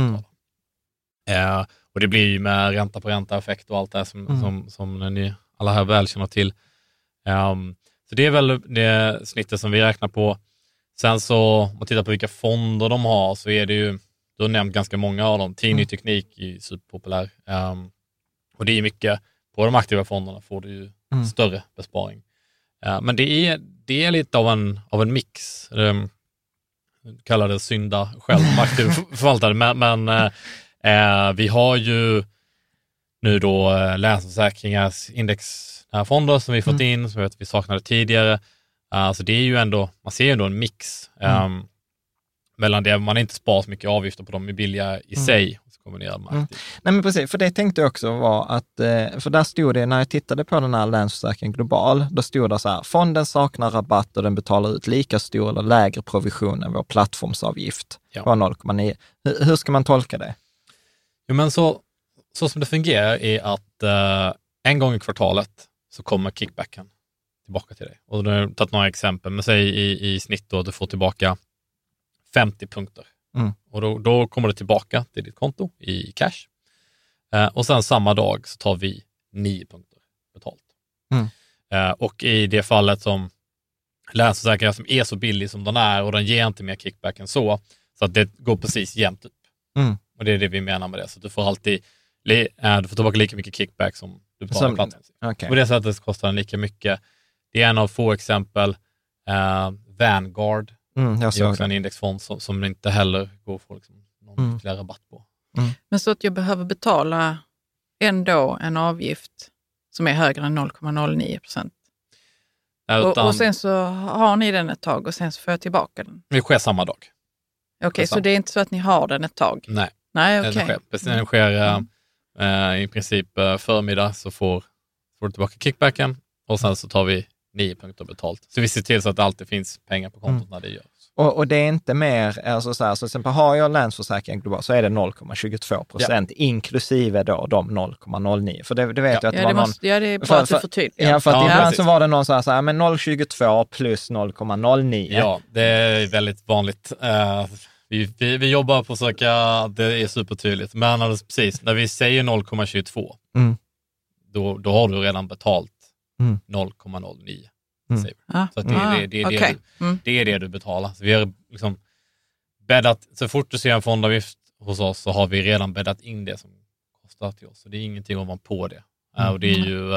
Och det blir ju med ränta på ränta-effekt och allt det som ni alla här väl känner till. Så det är väl det snittet som vi räknar på. Sen så, om man tittar på vilka fonder de har, så är det ju, du har nämnt ganska många av dem. Ny teknik är superpopulär. Och det är mycket, på de aktiva fonderna får du ju större besparing. Men det är lite av en mix. Kallar det synda själv, aktiv förvaltare. Men vi har ju nu då Länsförsäkringars indexfonder som vi fått in, som vi saknade tidigare. Så det är ju ändå, man ser ju ändå en mix. Mellan det, man inte sparar så mycket avgifter på dem, är billiga i sig, och så kombinerar man aktivt. Nej, men precis, för det tänkte jag också var att, för där stod det, när jag tittade på den här Länsförsäkring Global, då stod det så här, fonden saknar rabatt och den betalar ut lika stor eller lägre provision än vår plattformsavgift på 0,9. Hur ska man tolka det? Jo, men så som det fungerar är att en gång i kvartalet så kommer kickbacken tillbaka till dig. Och då har jag tagit några exempel, men säg i snitt då att du får tillbaka 50 punkter. Och då kommer det tillbaka till ditt konto i cash. Och sen samma dag så tar vi 9 punkter betalt. Och i det fallet som Länsförsäkringar som är så billig som den är och den ger inte mer kickback än så att det går precis jämnt upp. Och det är det vi menar med det. Så du får alltid du får tillbaka lika mycket kickback som du betalar platsen. Okay. På det sättet kostar den lika mycket. Det är en av få exempel. Vanguard är också en indexfond som inte heller går för liksom någon ytterligare rabatt på. Men så att jag behöver betala ändå en avgift som är högre än 0,09%. Och sen så har ni den ett tag och sen så får jag tillbaka den. Det sker samma dag. Okej, så det är inte så att ni har den ett tag? Nej, okej. Den sker i princip förmiddag så får du tillbaka kickbacken och sen så tar vi 9 punkter betalt. Så vi ser till så att det alltid finns pengar på kontot när det görs. Och det är inte mer, alltså så här, så till exempel har jag Länsförsäkringar globalt så är det 0,22% inklusive då de 0,09. För det vet jag att det var någon... det är bara att du förtydligar. Ja, för att ibland så var det någon så här, men 0,22 plus 0,09. Ja, det är väldigt vanligt. Vi jobbar på att söka, det är supertydligt. Men precis, när vi säger 0,22 då har du redan betalt 0,09. Så att det är det du betalar. Så vi har liksom bäddat, så fort du ser en fondavgift hos oss så har vi redan bäddat in det som kostar till oss. Så det är ingenting om man på det. Och det är ju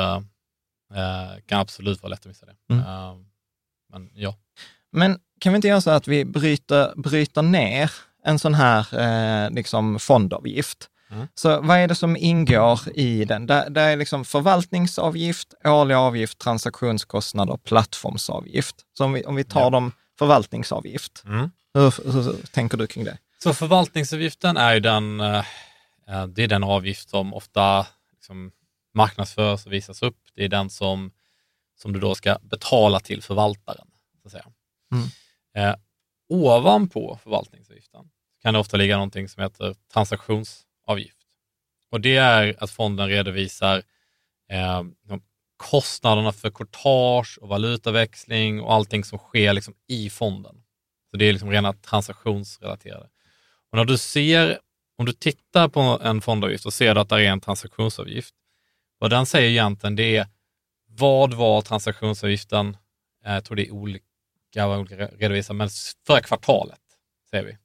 kan absolut vara lätt att missa det. Men ja. Men kan vi inte göra så att vi bryter ner en sån här liksom fondavgift? Så vad är det som ingår i den? Det är liksom förvaltningsavgift, årlig avgift, transaktionskostnader och plattformsavgift. Så om vi tar dem förvaltningsavgift, hur tänker du kring det? Så förvaltningsavgiften är ju det är den avgift som ofta liksom marknadsförs och visas upp. Det är den som du då ska betala till förvaltaren. Så att säga. Ovanpå förvaltningsavgiften kan det ofta ligga någonting som heter transaktionsavgift. Och det är att fonden redovisar kostnaderna för courtage och valutaväxling och allting som sker liksom i fonden. Så det är liksom rena transaktionsrelaterade. Och om du tittar på en fondavgift och ser att det är en transaktionsavgift, vad den säger egentligen det är vad var transaktionsavgiften, jag tror det är olika redovisar, men förra kvartalet säger vi.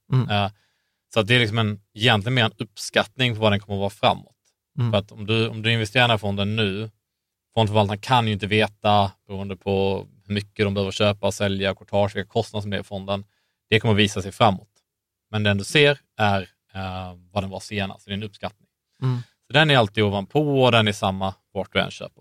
Så att det är liksom egentligen mer en uppskattning på vad den kommer att vara framåt. För att om du investerar i den här fonden nu, fondförvaltaren kan ju inte veta, beroende på hur mycket de behöver köpa och sälja, courtage, vilka kostnader som det är i fonden. Det kommer att visa sig framåt. Men den du ser är vad den var senast. Så det är en uppskattning. Så den är alltid ovanpå och den är samma vart du än köper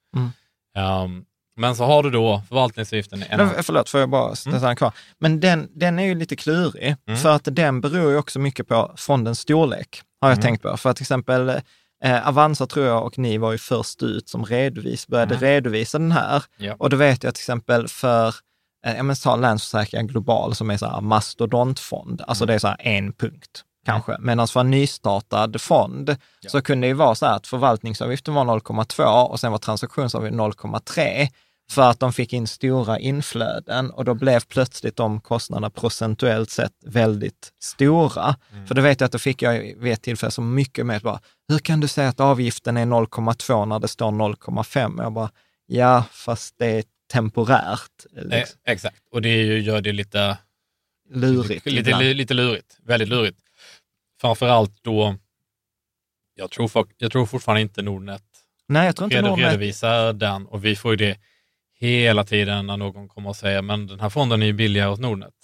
fonden. Men så har du då förvaltningsavgiften. Förlåt, får jag bara stanna kvar. Men den är ju lite klurig. För att den beror ju också mycket på fondens storlek, har jag tänkt på. För att till exempel Avanza tror jag och ni var ju först ut som började redovisa den här. Ja. Och då vet jag till exempel för ta Länsförsäkringar global som är så här mastodontfond. Alltså det är så här en punkt kanske. Medan för en nystartad fond så kunde det ju vara så här att förvaltningsavgiften var 0,2 och sen var transaktionsavgiften 0,3 för att de fick in stora inflöden och då blev plötsligt de kostnaderna procentuellt sett väldigt stora. För det vet jag att då fick jag vid ett tillfälle så mycket med bara, hur kan du säga att avgiften är 0,2 när det står 0,5? Jag bara, ja fast det är temporärt. Liksom. Exakt, och det gör det lite lurigt. Lite lurigt, väldigt lurigt. Framförallt då, jag tror fortfarande inte Nordnet redovisar den och vi får ju det hela tiden när någon kommer och säger men den här fonden är ju billigare åt Nordnet.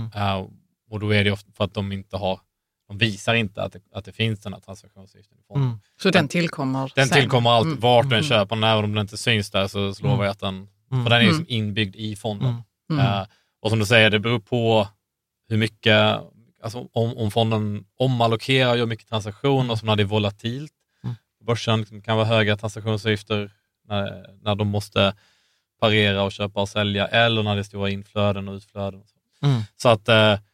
Och då är det ofta för att de visar inte att det finns den här transaktionsavgiften i fonden. Så den tillkommer Den tillkommer allt, vart den köper, när de inte syns där så lovar jag att den, för den är liksom inbyggd i fonden. Och som du säger, det beror på hur mycket, alltså om fonden omallokerar och gör mycket transaktioner som när det är volatilt. Börsen kan vara höga transaktionsavgifter när de måste parera och köpa och sälja eller när det är stora inflöden och utflöden. Så att,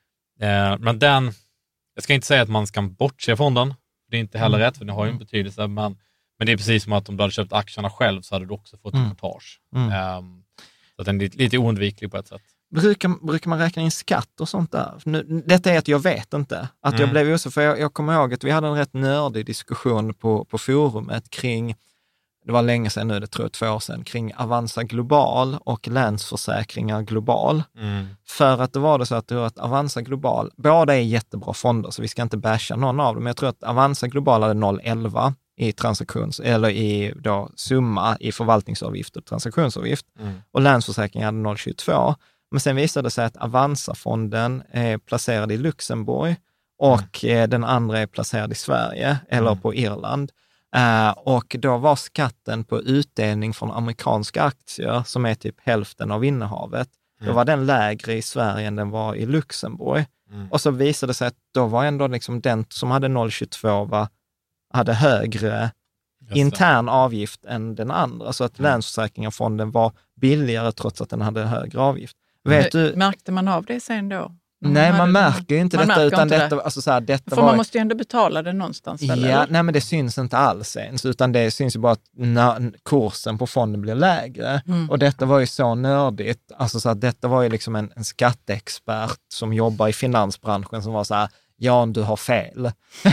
men jag ska inte säga att man ska bortse fonden. Det är inte heller rätt för det har ju en betydelse. Men det är precis som att om du hade köpt aktierna själv så hade du också fått en courtage. Så att den är lite oundviklig på ett sätt. Brukar man räkna in skatt och sånt där? Nu, detta är att jag vet inte. Att jag blev för jag kommer ihåg att vi hade en rätt nördig diskussion på forumet kring, det var länge sedan nu, det tror jag 2 år sedan, kring Avanza Global och Länsförsäkringar Global. För att det var det så att Avanza Global, båda är jättebra fonder, så vi ska inte basha någon av dem. Men jag tror att Avanza Global hade 0,11 i eller i då summa i förvaltningsavgift och transaktionsavgift. Och Länsförsäkringar hade 0,22. Men sen visade det sig att Avanza-fonden är placerad i Luxemburg och den andra är placerad i Sverige eller på Irland. Och då var skatten på utdelning från amerikanska aktier, som är typ hälften av innehavet, då var den lägre i Sverige än den var i Luxemburg. Och så visade det sig att då var ändå liksom den som hade 0,22 hade högre intern avgift än den andra. Så att Länsförsäkringarfonden var billigare trots att den hade högre avgift. Märkte man av det sen då? Nej, man märker ju inte detta, utan detta, alltså så här, detta för man måste ju ändå betala det någonstans. Ja, nej, men det syns inte alls ens, utan det syns ju bara att när kursen på fonden blir lägre. Och detta var ju så nördigt, alltså så att detta var ju liksom en skatteexpert som jobbar i finansbranschen som var så här: Jan, du har fel.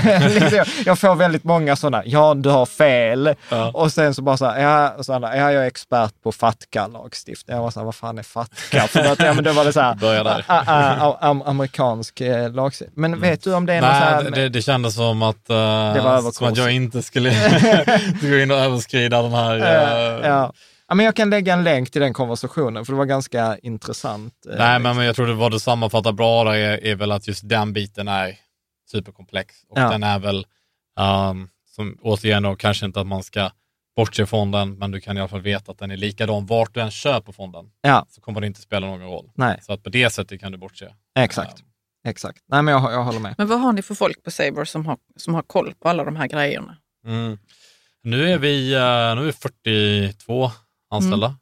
Jag får väldigt många sådana, Jan, du har fel. Och sen så bara så här, jag är expert på FATCA-lagstiftning. Jag var så här, vad fan är FATCA? För att, men då var det så här, amerikansk lagstiftning. Men vet du om det är något så här... Det kändes som att, som att jag inte skulle gå in och överskrida den här... Ja, men jag kan lägga en länk till den konversationen, för det var ganska intressant. Nej, men jag tror det var du sammanfattar bra där är väl att just den biten är superkomplex. Och den är väl, som återigen då, kanske inte att man ska bortse från den, men du kan i alla fall veta att den är likadan vart du än köper fonden. Så kommer det inte spela någon roll. Nej. Så att på det sättet kan du bortse. Exakt. Nej, men jag håller med. Men vad har ni för folk på Saber som har koll på alla de här grejerna? Nu är vi 42 anställda.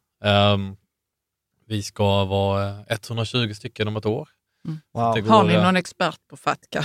Vi ska vara 120 stycken om ett år. Wow. Har ni någon expert på FATCA?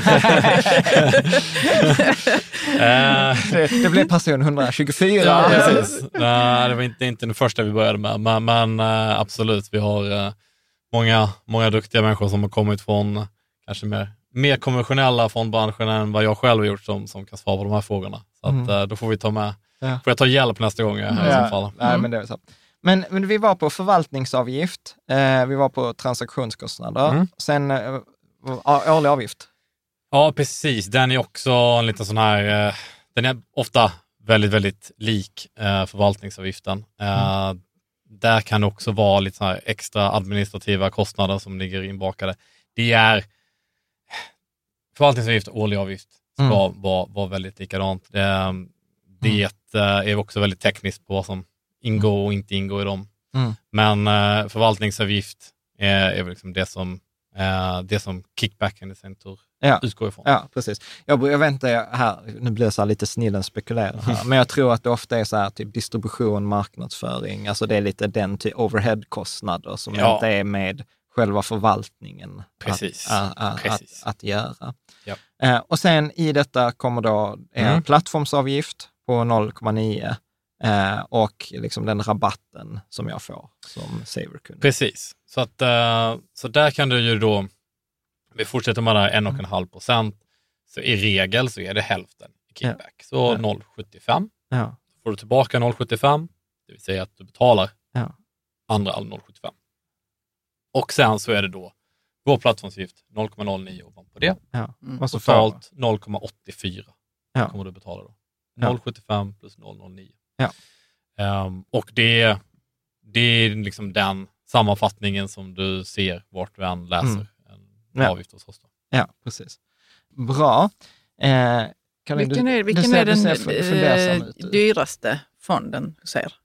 Det blev person 124. Ja, precis. Nej, det var inte den första vi började med. Men absolut, vi har många duktiga människor som har kommit från kanske mer konventionella fondbranschen än vad jag själv har gjort som kan svara på de här frågorna. Så att, då får vi ta med. Får jag ta hjälp nästa gång i så fall. Nej, men det är så. Men vi var på förvaltningsavgift, vi var på transaktionskostnader, sen årlig avgift. Ja, precis. Den är också en liten sån här, den är ofta väldigt, väldigt lik förvaltningsavgiften. Där kan det också vara lite så här extra administrativa kostnader som ligger inbakade. Det är förvaltningsavgift och årlig avgift ska vara väldigt likadant. Det är också väldigt tekniskt på vad som ingår och inte ingår i dem. Men förvaltningsavgift är liksom det som kickbacken i sin tur utgår ifrån. Ja, precis. Jag väntar här, nu blir det så här lite snillen spekulerar här, men jag tror att det ofta är så här typ distribution, marknadsföring, alltså det är lite den till overhead-kostnader som inte är med själva förvaltningen att göra. Ja. Och sen i detta kommer då en plattformsavgift på 0,9 och liksom den rabatten som jag får som Saver-kund. Precis. Så där kan du ju då, vi fortsätter med där 1,5%, så i regel så är det hälften i kickback. Så 0,75. Ja. Får du tillbaka 0,75, det vill säga att du betalar andra 0,75. Och sen så är det då vår plattformsavgift 0,09 ovanpå det. Ja. Och totalt 0,84 kommer du betala då. 0,75 plus 0,09. Ja. Och det är liksom den sammanfattningen som du ser vart du än läser en avgift hos oss då. Ja, precis. Bra. Vilken är den dyraste fonden hos er?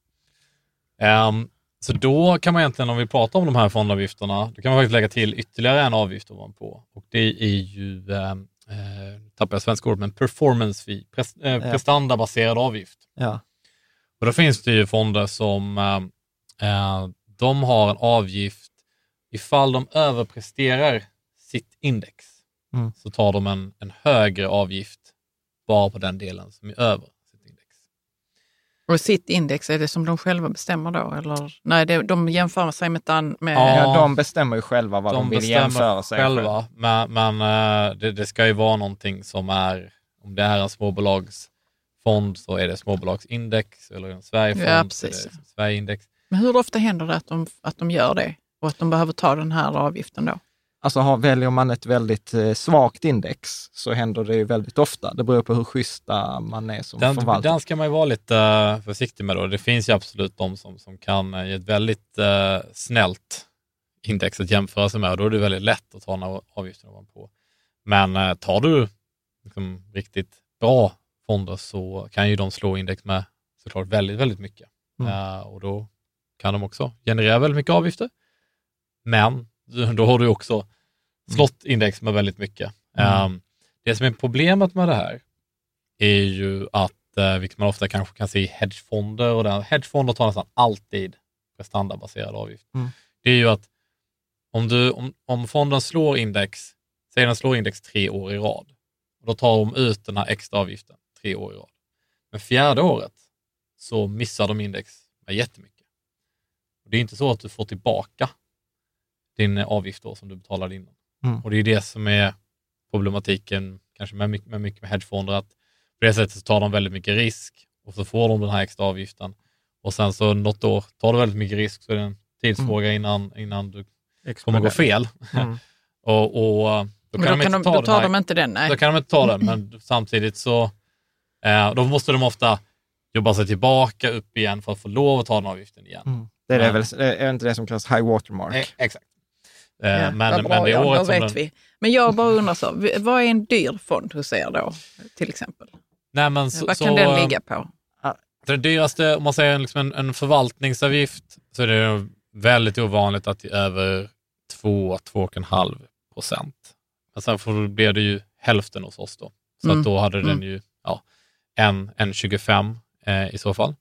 Så då kan man egentligen, om vi pratar om de här fondavgifterna, då kan man faktiskt lägga till ytterligare en avgift ovanpå. Och det är ju, tappar jag svenska ord, men performance fee, prestandabaserad avgift. Ja. Och då finns det ju fonder som de har en avgift ifall de överpresterar sitt index. Så tar de en högre avgift bara på den delen som är över sitt index. Och sitt index, är det som de själva bestämmer då? Eller? Nej, de jämför sig med... Ja, de bestämmer ju själva vad de vill jämföra sig själva. Men det ska ju vara någonting som är, om det är en småbolagsfond så är det småbolagsindex, eller en Sverigefond så är det Sverigeindex. Men hur ofta händer det att de gör det? Och att de behöver ta den här avgiften då? Alltså väljer man ett väldigt svagt index så händer det ju väldigt ofta. Det beror på hur schyssta man är som förvaltare. Den ska man ju vara lite försiktig med då. Det finns ju absolut de som kan ge ett väldigt snällt index att jämföra sig med. Och då är det väldigt lätt att ta den här avgiften ovanpå. Men tar du liksom riktigt bra fonder så kan ju de slå index med såklart väldigt, väldigt mycket. Och då kan de också generera väldigt mycket avgifter. Men då har du också slått index med väldigt mycket. Det som är problemet med det här är ju att, vilket man ofta kanske kan se i hedgefonder, och hedgefonder tar nästan alltid standardbaserad avgift. Det är ju att om fonden slår index, säger den slår index 3 år i rad, och då tar de ut den här extra avgiften 3 år i rad. Men 4:e året så missar de index med jättemycket. Och det är inte så att du får tillbaka din avgift då som du betalade innan. Och det är det som är problematiken kanske med mycket med hedgefonder, att på det sättet så tar de väldigt mycket risk och så får de den här extra avgiften. Och sen så något år tar du väldigt mycket risk, så är det en tidsfråga innan du kommer gå fel. och då tar de inte den. Nej. Då kan de inte ta den, men samtidigt så då måste de ofta jobba sig tillbaka upp igen för att få lov att ta den avgiften igen. Det är väl är inte det som kallas high watermark. Exakt. Men det är året vet vi. Men jag bara undrar så, vad är en dyr fond hos er då, till exempel? Nej, men vad kan den ligga på? Det dyraste, om man säger liksom en förvaltningsavgift, så är det väldigt ovanligt att det är över 2-2,5%. Men sen blir det ju hälften hos oss då. Så att då hade den ju en 25 i så fall.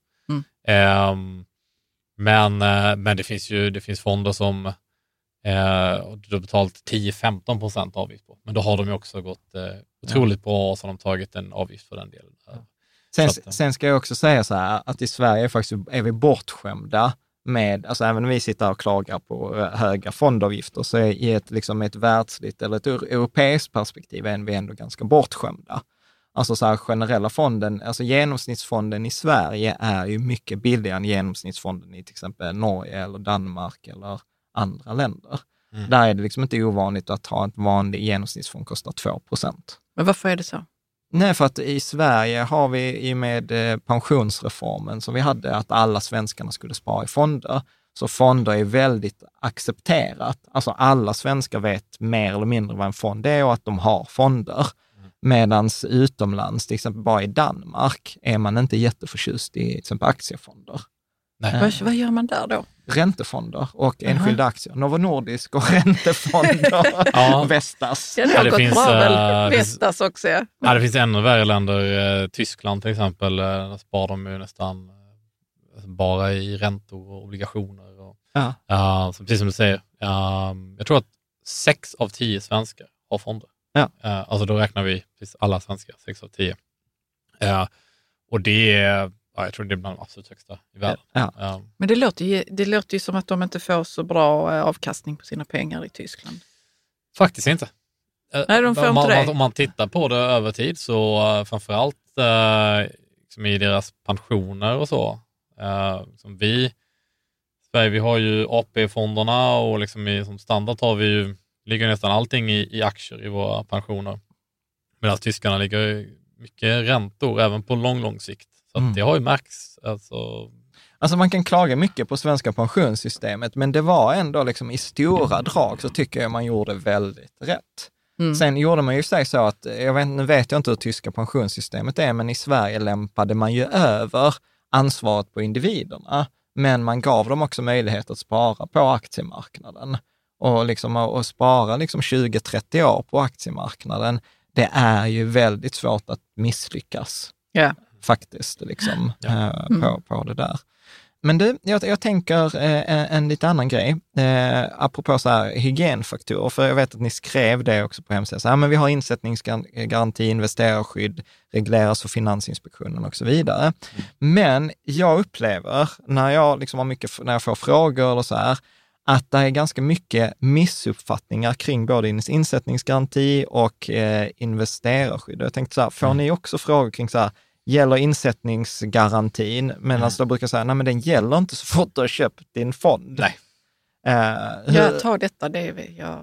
Men det finns fonder som du har betalt 10-15% avgift på. Men då har de ju också gått otroligt bra, och så har de tagit en avgift för den delen. Sen ska jag också säga så här, att i Sverige är vi bortskämda med, alltså även om vi sitter och klagar på höga fondavgifter, så är i ett världsligt eller ett europeiskt perspektiv är vi ändå ganska bortskämda. Alltså så här, generella fonden, alltså genomsnittsfonden i Sverige är ju mycket billigare än genomsnittsfonden i till exempel Norge eller Danmark eller andra länder. Där är det liksom inte ovanligt att ha en vanlig genomsnittsfond kostar 2%. Men varför är det så? Nej, för att i Sverige har vi i med pensionsreformen som vi hade, att alla svenskarna skulle spara i fonder. Så fonder är väldigt accepterat. Alltså alla svenskar vet mer eller mindre vad en fond är och att de har fonder. Medans utomlands, till exempel bara i Danmark, är man inte jätteförtjust i till exempel aktiefonder. Nej. Vad gör man där då? Räntefonder och enskilda aktier. Novo Nordisk och räntefonder. Vestas. Det finns Vestas också. Ja, det finns ännu värre länder. Tyskland till exempel. Där sparar de ju nästan bara i räntor och obligationer. Och, så precis som du säger. Jag tror att 6 av 10 svenskar har fonder. Alltså då räknar vi alla svenskar, 6 av 10. Och det är... Ja, jag tror det är bland de absolut högsta i världen. Men det låter ju som att de inte får så bra avkastning på sina pengar i Tyskland. Faktiskt inte. Nej, de får inte det. Om man tittar på det över tid, så framförallt liksom i deras pensioner och så. Som vi har ju AP-fonderna, och liksom som standard ligger nästan allting i aktier i våra pensioner. Medan tyskarna ligger mycket räntor även på lång sikt. Så att det har ju märks. Alltså man kan klaga mycket på svenska pensionssystemet, men det var ändå liksom i stora drag så tycker jag man gjorde väldigt rätt. Sen gjorde man ju sig så att, nu vet jag inte hur tyska pensionssystemet är, men i Sverige lämpade man ju över ansvaret på individerna, men man gav dem också möjlighet att spara på aktiemarknaden. Och spara liksom 20-30 år på aktiemarknaden, det är ju väldigt svårt att misslyckas. Faktiskt, liksom, på det där. Men du, jag tänker en lite annan grej, apropå så här hygienfaktorer, för jag vet att ni skrev det också på hemsidan, så här, men vi har insättningsgaranti, investerarskydd, regleras för Finansinspektionen och så vidare. Men jag upplever, när jag liksom har när jag får frågor eller så här, att det är ganska mycket missuppfattningar kring både insättningsgaranti och investerarskydd. Jag tänkte så här, får ni också frågor kring så här, gäller insättningsgarantin, men alltså då brukar jag säga, nej men den gäller inte så fort du har köpt din fond. Nej. Jag tar detta, det är jag.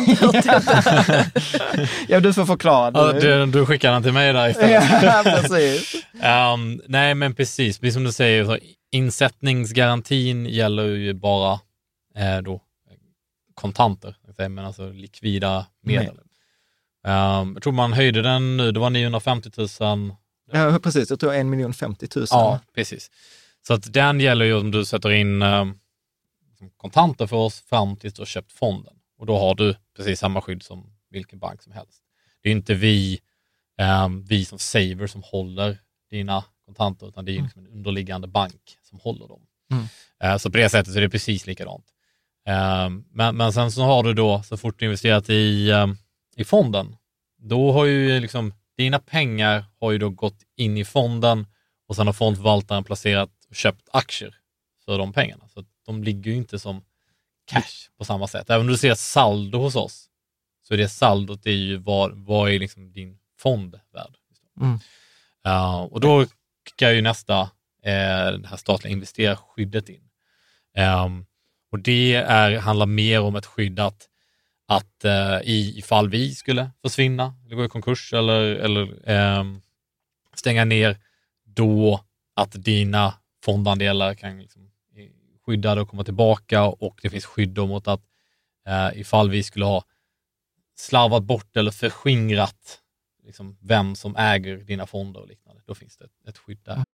Ja, du får förklara. Du skickar den till mig där istället. Ja, precis. Nej, men precis. Precis som du säger, så insättningsgarantin gäller ju bara då kontanter, men alltså likvida medel. Jag tror man höjde den nu, det var 950 000. Ja, precis. Jag tror 1 050 000. Ja, precis. Så att den gäller ju om du sätter in kontanter för oss fram tills du har köpt fonden. Och då har du precis samma skydd som vilken bank som helst. Det är inte vi som saver som håller dina kontanter, utan det är ju liksom en underliggande bank som håller dem. Så på det sättet så är det precis likadant. Men sen så har du då, så fort du investerat i fonden, då har ju liksom dina pengar har ju då gått in i fonden och sen har fondförvaltaren placerat och köpt aktier för de pengarna. Så de ligger ju inte som cash på samma sätt. Även om du ser saldo hos oss, så är det saldot är ju vad är liksom din fond värd. Och då ska ju nästa det här statliga investerarskyddet in. Och det handlar mer om ett skydd att ifall vi skulle försvinna eller gå i konkurs eller stänga ner, då att dina fondandelar kan liksom skyddade och komma tillbaka, och det finns skydd mot att ifall vi skulle ha slarvat bort eller förskingrat liksom vem som äger dina fonder och liknande, då finns det ett skydd där.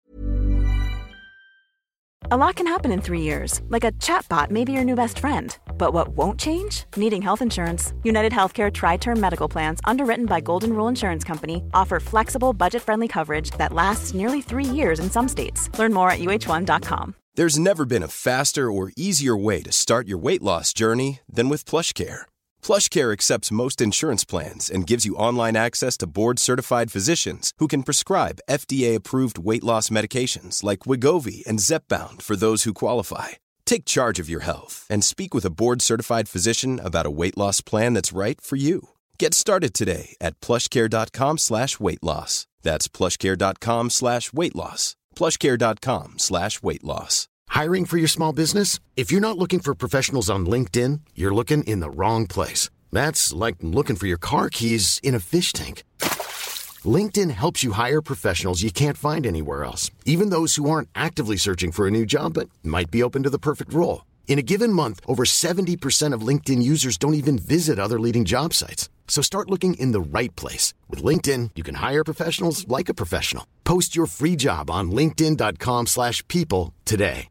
A lot can happen in 3 years, like a chatbot may be your new best friend. But what won't change? Needing health insurance. United Healthcare Tri-Term Medical Plans, underwritten by Golden Rule Insurance Company, offer flexible, budget-friendly coverage that lasts nearly 3 years in some states. Learn more at uh1.com. There's never been a faster or easier way to start your weight loss journey than with PlushCare. PlushCare accepts most insurance plans and gives you online access to board-certified physicians who can prescribe FDA-approved weight loss medications like Wegovy and Zepbound for those who qualify. Take charge of your health and speak with a board-certified physician about a weight loss plan that's right for you. Get started today at plushcare.com/weightloss. That's plushcare.com/weightloss. plushcare.com/weightloss. Hiring for your small business? If you're not looking for professionals on LinkedIn, you're looking in the wrong place. That's like looking for your car keys in a fish tank. LinkedIn helps you hire professionals you can't find anywhere else, even those who aren't actively searching for a new job but might be open to the perfect role. In a given month, over 70% of LinkedIn users don't even visit other leading job sites. So start looking in the right place. With LinkedIn, you can hire professionals like a professional. Post your free job on linkedin.com/people today.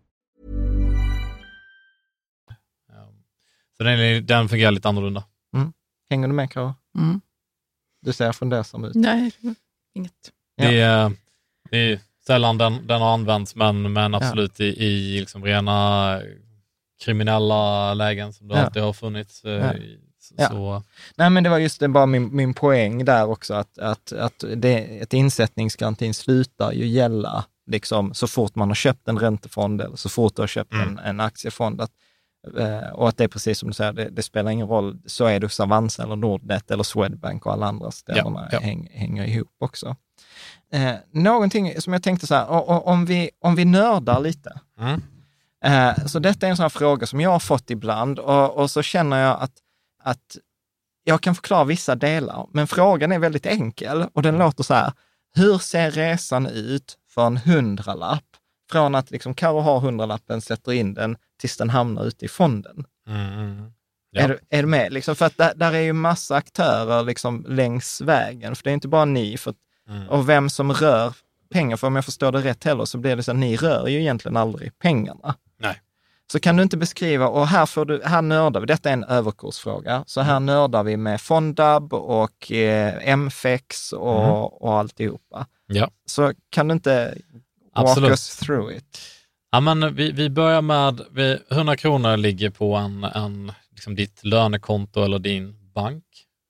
Så den fungerar lite annorlunda. Hänger du med, Karo? Du ser fundersam ut. Nej, inget. Ja. Det är sällan den har använts, men absolut i liksom rena kriminella lägen som det alltid har funnits. Så. Nej, men det var just bara min poäng där också, att ett insättningsgarantin slutar ju gälla liksom så fort man har köpt en räntefond eller så fort du har köpt en aktiefond. Och att det är precis som du säger, det spelar ingen roll, så är det hos Avanza eller Nordnet eller Swedbank och alla andra ställena hänger ihop också. Någonting som jag tänkte så här, om vi nördar lite. Så detta är en sån här fråga som jag har fått ibland, och så känner jag att jag kan förklara vissa delar, men frågan är väldigt enkel och den låter så här: hur ser resan ut för en 100-lapp från att liksom Karo har 100-lappen, sätter in den tills den hamnar ute i fonden? Är du med? Liksom, för att där är ju massa aktörer liksom längs vägen, för det är inte bara ni, och vem som rör pengar, för om jag förstår det rätt heller så blir det så att ni rör ju egentligen aldrig pengarna. Nej. Så kan du inte beskriva, och här nördar vi, detta är en överkursfråga, så här nördar vi med Fondab och MFX och alltihopa. Ja. Så kan du inte walk us through it? Ja, men vi börjar med 100 kronor ligger på en liksom ditt lönekonto eller din bank.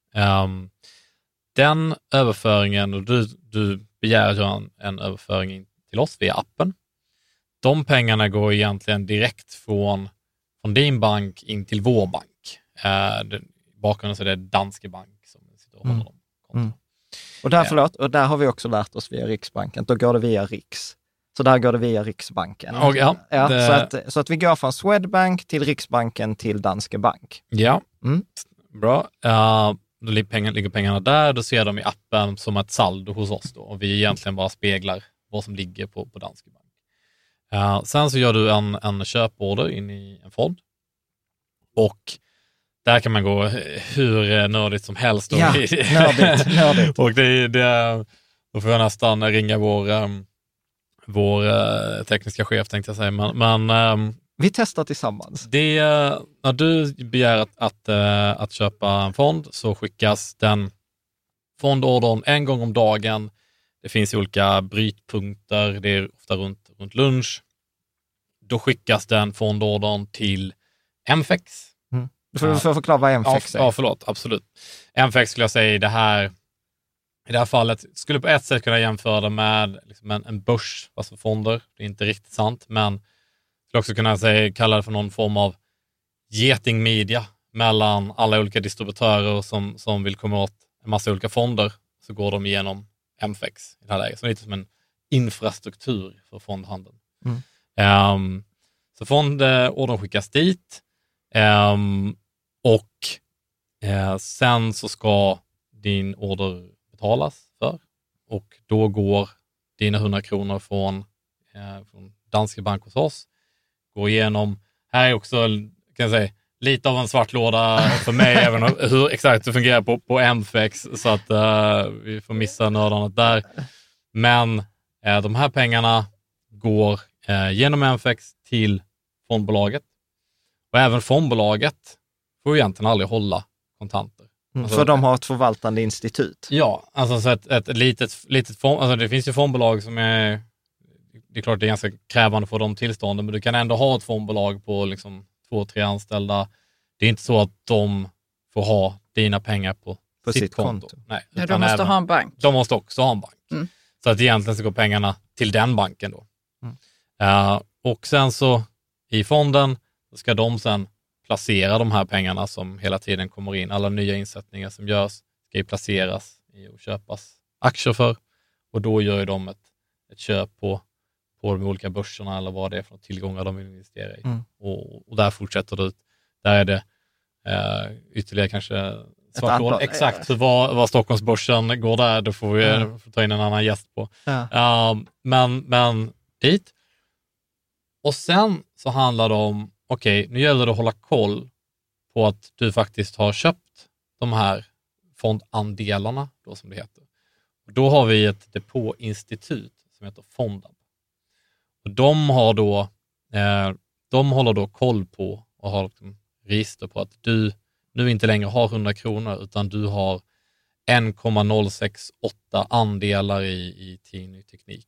Den överföringen, och du begär att göra en överföring till oss via appen. De pengarna går egentligen direkt från din bank in till vår bank. Bakgrunden så är det Danske Bank som sitter och håller dem. Och där har vi också lärt oss via Riksbanken. Då går det via Riks. Så där går det via Riksbanken. Så att vi går från Swedbank till Riksbanken till Danske Bank. Ja, bra. Då ligger pengarna där. Då ser de i appen som ett saldo hos oss då. Och vi egentligen bara speglar vad som ligger på Danske Bank. Sen så gör du en köporder in i en fond. Och där kan man gå hur nördigt som helst. Ja, nördigt. Och då får jag nästan ringa vår tekniska chef, tänkte jag säga. Men vi testar tillsammans. När du begär att köpa en fond så skickas den fondordern en gång om dagen. Det finns olika brytpunkter, det är ofta runt lunch. Då skickas den fondordern till MFX. Du får förklara vad MFX är. Ja, förlåt, absolut. MFX skulle jag säga i det här fallet skulle på ett sätt kunna jämföra det med liksom en börs, alltså fonder. Det är inte riktigt sant, men skulle också kunna kalla det för någon form av getingmedia mellan alla olika distributörer som vill komma åt en massa olika fonder. Så går de igenom MFX i det här läget. Så lite som en infrastruktur för fondhandeln. Så fondordern skickas dit. Sen så ska din order betalas för. Och då går dina 100 kronor från Danske Bank hos oss. Går igenom, här är också kan jag säga, lite av en svart låda för mig, även hur exakt det fungerar på MFX, så att vi får missa nördarna där. Men de här pengarna går genom MFX till fondbolaget. Och även fondbolaget får egentligen aldrig hålla kontanter. Alltså, för de har ett förvaltande institut. Ja, alltså så ett litet fond, alltså det finns ju fondbolag som är, det är klart det är ganska krävande för de tillstånden, men du kan ändå ha ett fondbolag på liksom 2-3 anställda. Det är inte så att de får ha dina pengar på sitt konto. Nej, ja, de måste ha en bank. De måste också ha en bank. Så att egentligen så går pengarna till den banken då. Och sen så i fonden ska de sen placera de här pengarna som hela tiden kommer in. Alla nya insättningar som görs ska ju placeras och köpas aktier för. Och då gör ju de ett köp på de olika börserna eller vad det är för tillgångar de vill investera i. Och där fortsätter det ut. Där är det ytterligare kanske svart låd. Exakt vad Stockholmsbörsen går där, då får vi ta in en annan gäst på. Men dit. Och sen så handlar det om, okej, nu gäller det att hålla koll på att du faktiskt har köpt de här fondandelarna, då som det heter. Och då har vi ett depåinstitut som heter Fondab. Och de håller då koll på och har register på att du nu inte längre har 100 kronor utan du har 1,068 andelar i Ny Teknik.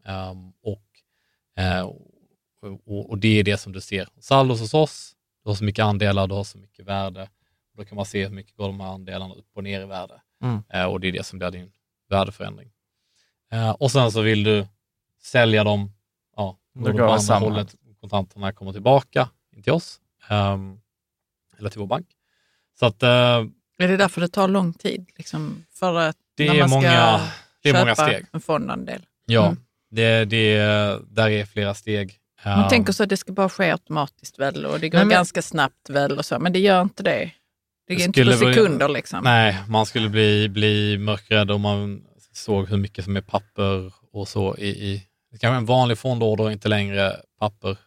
Och det är det som du ser. Saldos hos oss, du har så mycket andelar, du har så mycket värde. Då kan man se hur mycket går de här andelarna upp och ner i värde. Och det är det som blir din värdeförändring. Och sen så vill du sälja dem, då går andra hållet, kontanterna kommer tillbaka in till oss eller till vår bank. Så att, är det därför det tar lång tid? Liksom, för att det när man ska köpa många steg. En fondandel? Ja, där är flera steg. Man tänker så att det ska bara ske automatiskt väl och det går ganska snabbt väl och så, men det gör inte det. Det går inte på sekunder liksom. Nej, man skulle bli mörkrädd om man såg hur mycket som är papper och så det kan vara en vanlig fondorder, inte längre papper,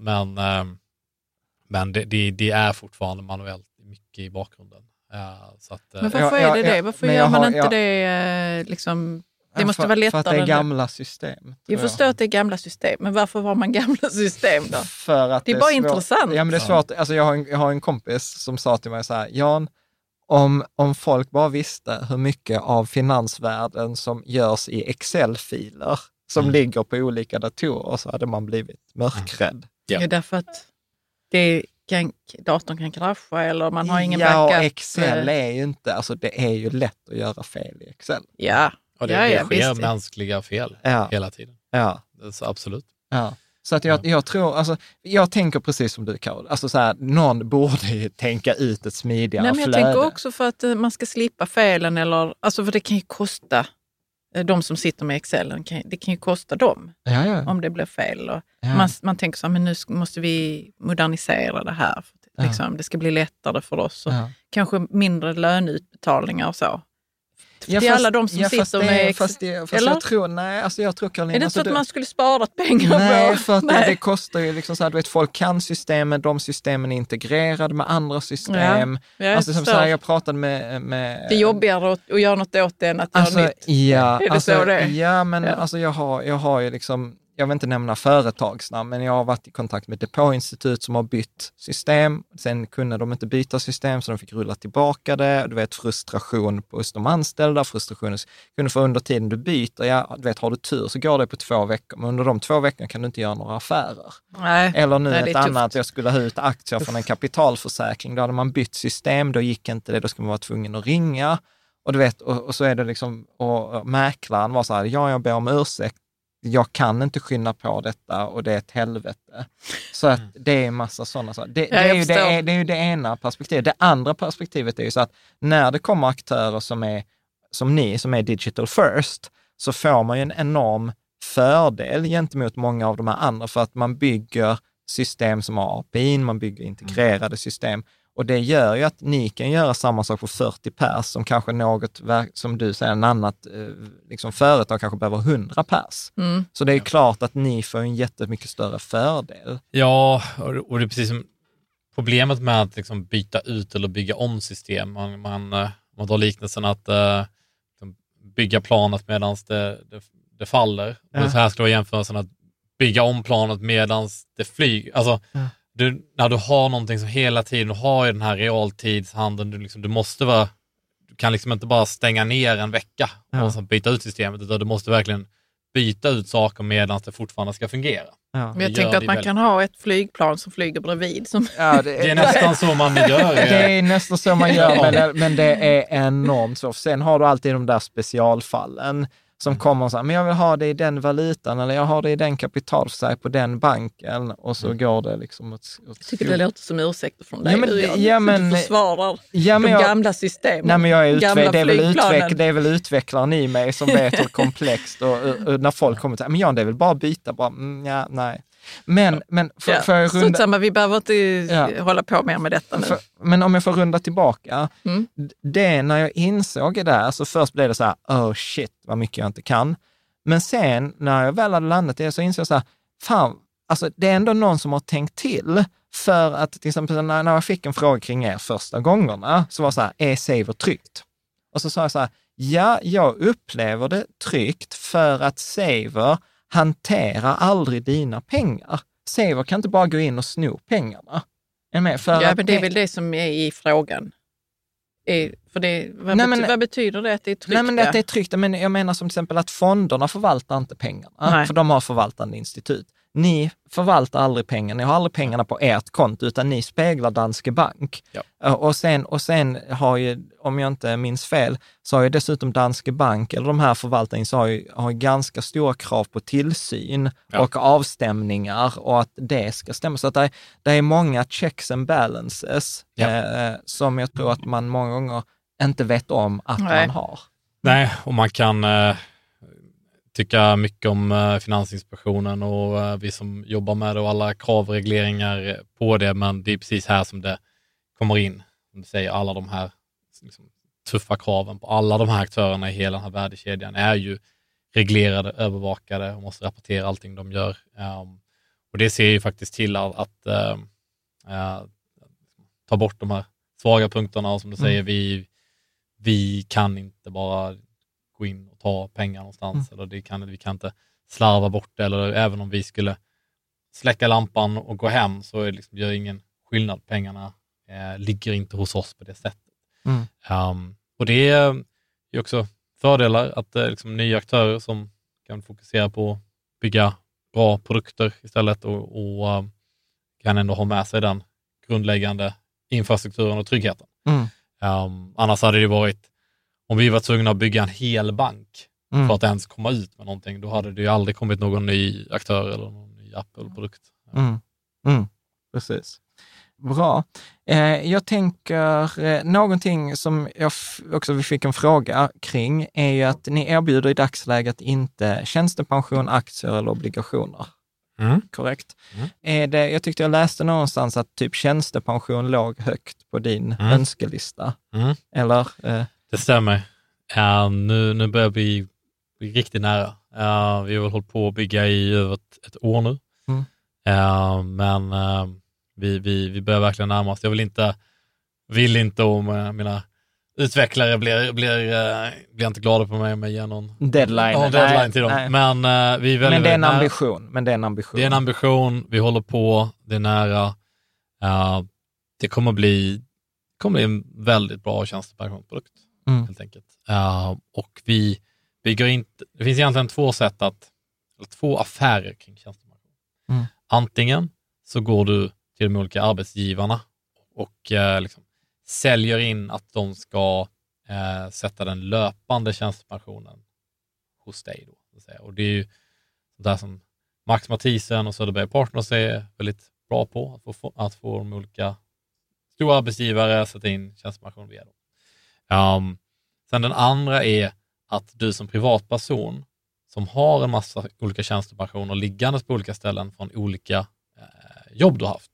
men det är fortfarande manuellt mycket i bakgrunden. Så att, men varför är det? Varför gör man inte det liksom? Det måste vara lättare. För att det är gamla system. Jag förstår att det är gamla system, men varför har man gamla system då? För att det är bara intressant. Ja, men det är svårt. Alltså jag har en kompis som sa till mig så här, Jan, om folk bara visste hur mycket av finansvärlden som görs i Excel-filer som ligger på olika datorer, så hade man blivit mörkrädd. Ja. Det är därför att datorn kan krascha eller man har ingen backup. Ja, och Excel är ju inte, alltså det är ju lätt att göra fel i Excel. Ja. Och det sker mänskliga fel hela tiden. Ja. Så absolut. Ja. Så att jag tror, alltså, jag tänker precis som du, Karol. Alltså så här, någon borde ju tänka ut ett smidigare flöde. Jag tänker också för att man ska slippa felen eller, alltså för det kan ju kosta de som sitter med Excel, det kan ju kosta dem om det blir fel. Och man tänker så här, men nu måste vi modernisera det här. För liksom, det ska bli lättare för oss. Och kanske mindre löneutbetalningar och så. Ja, till alla de som sitter med fast jag tror Caroline, är det så att man skulle sparat pengar nej, på? För att det kostar ju liksom så här, du vet, folk kan systemen, de systemen är integrerade med andra system. Alltså som så här, jag pratade med det är jobbigare att göra något åt det än att göra nytt. Ja, är det så det är? Ja, men alltså jag har ju liksom, jag vill inte nämna företagsnamn, men jag har varit i kontakt med Depåinstitut som har bytt system. Sen kunde de inte byta system så de fick rulla tillbaka det. Du vet, frustration hos de anställda, frustrationen kunde få under tiden du byter. Ja, du vet, har du tur så går det på 2 veckor, men under de 2 veckorna kan du inte göra några affärer. Nej, eller nu ett annat, jag skulle ha ut aktier från en kapitalförsäkring. Då hade man bytt system, då gick inte det, då skulle man vara tvungen att ringa. Och du vet, och så är det liksom, och mäklaren var så här, jag ber om ursäkt. Jag kan inte skynda på detta och det är ett helvete. Så att det är en massa sådana saker. Det är ju det ena perspektivet. Det andra perspektivet är ju så att när det kommer aktörer som är digital first, så får man ju en enorm fördel gentemot många av de här andra, för att man bygger system som har API, man bygger integrerade system. Och det gör ju att ni kan göra samma sak på 40 pers som kanske något, som du säger, en annat liksom företag kanske behöver 100 pers. Så det är ju klart att ni får en jättemycket större fördel. Ja, och det är precis som problemet med att liksom byta ut eller bygga om system. Man drar liknelsen att bygga planet medan det faller. Och så här ska det vara jämförelsen att bygga om planet medan det flyger. Alltså, när du har någonting som hela tiden, du har ju den här realtidshandeln, du kan liksom inte bara stänga ner en vecka och så byta ut systemet, utan du måste verkligen byta ut saker medan det fortfarande ska fungera. Ja. Men jag tänkte att man kan ha ett flygplan som flyger bredvid. Det är nästan så man gör. Det är nästan så man gör, men det är enormt svårt. Sen har du alltid de där specialfallen som kommer och säger, men jag vill ha det i den valutan, eller jag har det i den kapitalförsäkring på den banken, och så går det liksom åt jag tycker det låter som ursäkter från dig. Du försvarar de gamla systemen. Nej, men det är väl utvecklaren i mig som vet hur komplext, och när folk kommer till, men det är väl bara byta, bara, nej. Men för jag runda... vi behöver inte hålla på mer med detta nu. Men om jag får runda tillbaka, det när jag insåg det där, så först blev det så här, oh shit, vad mycket jag inte kan. Men sen när jag väl hade landat det, så insåg jag så här, fan, alltså det är ändå någon som har tänkt till. För att till exempel när jag fick en fråga kring er första gångerna, så var så här, är Saver tryggt? Och så sa jag så här, ja, jag upplever det tryggt för att Saver hanterar aldrig dina pengar. Saver kan inte bara gå in och sno pengarna. Men det är väl det som är i frågan. Vad betyder det att det är tryggt? Nej, men att det är tryggt. Men jag menar som till exempel att fonderna förvaltar inte pengarna. För de har förvaltande institut. Ni förvaltar aldrig pengarna. Ni har aldrig pengarna på ert konto, utan ni speglar Danske Bank. Ja. Och sen har ju, om jag inte minns fel, så har ju dessutom Danske Bank, eller de här förvaltarna, så har ju ganska stora krav på tillsyn och avstämningar, och att det ska stämma. Så att det är många checks and balances som jag tror att man många gånger inte vet om att man har. Nej, och man kan tycka mycket om Finansinspektionen och vi som jobbar med det och alla kravregleringar på det, men det är precis här som det kommer in. Som du säger, alla de här liksom tuffa kraven på alla de här aktörerna i hela den här värdekedjan är ju reglerade, övervakade och måste rapportera allting de gör. Och det ser ju faktiskt till att ta bort de här svaga punkterna, och som du säger, vi kan inte bara gå in och ta pengar någonstans, eller vi kan inte slarva bort det, eller även om vi skulle släcka lampan och gå hem, så är det gör ingen skillnad. Pengarna ligger inte hos oss på det sättet. Och det är ju också fördelar att nya aktörer som kan fokusera på att bygga bra produkter istället och kan ändå ha med sig den grundläggande infrastrukturen och tryggheten. Annars hade det varit, om vi var tvungna att bygga en hel bank för att ens komma ut med någonting, då hade det ju aldrig kommit någon ny aktör eller någon ny Apple-produkt. Precis. Bra. Jag tänker, någonting som vi fick en fråga kring är ju att ni erbjuder i dagsläget inte tjänstepension, aktier eller obligationer. Korrekt? Jag tyckte jag läste någonstans att typ tjänstepension låg högt på din önskelista. Eller? Det stämmer. Nu börjar vi bli riktigt nära. Vi har hållit på att bygga i över ett år nu. Men vi börjar verkligen närma oss. Jag vill inte om mina utvecklare blir inte glada på mig om jag ger någon deadline till dem. Nej. Men vi är väldigt, det är en ambition. Det är en ambition. Vi håller på. Det är nära. Det kommer bli en väldigt bra tjänstepensionsprodukt helt enkelt. Och vi bygger inte. Det finns egentligen två affärer kring tjänstepension. Antingen så går du till de olika arbetsgivarna och liksom säljer in att de ska sätta den löpande tjänstepensionen hos dig då. Och det är ju det som Max Mathisen och Söderberg Partners är väldigt bra på, att få de olika stora arbetsgivare sätta in tjänstepension via dem. Sen den andra är att du som privatperson som har en massa olika tjänstepensioner liggandes på olika ställen från olika jobb du har haft.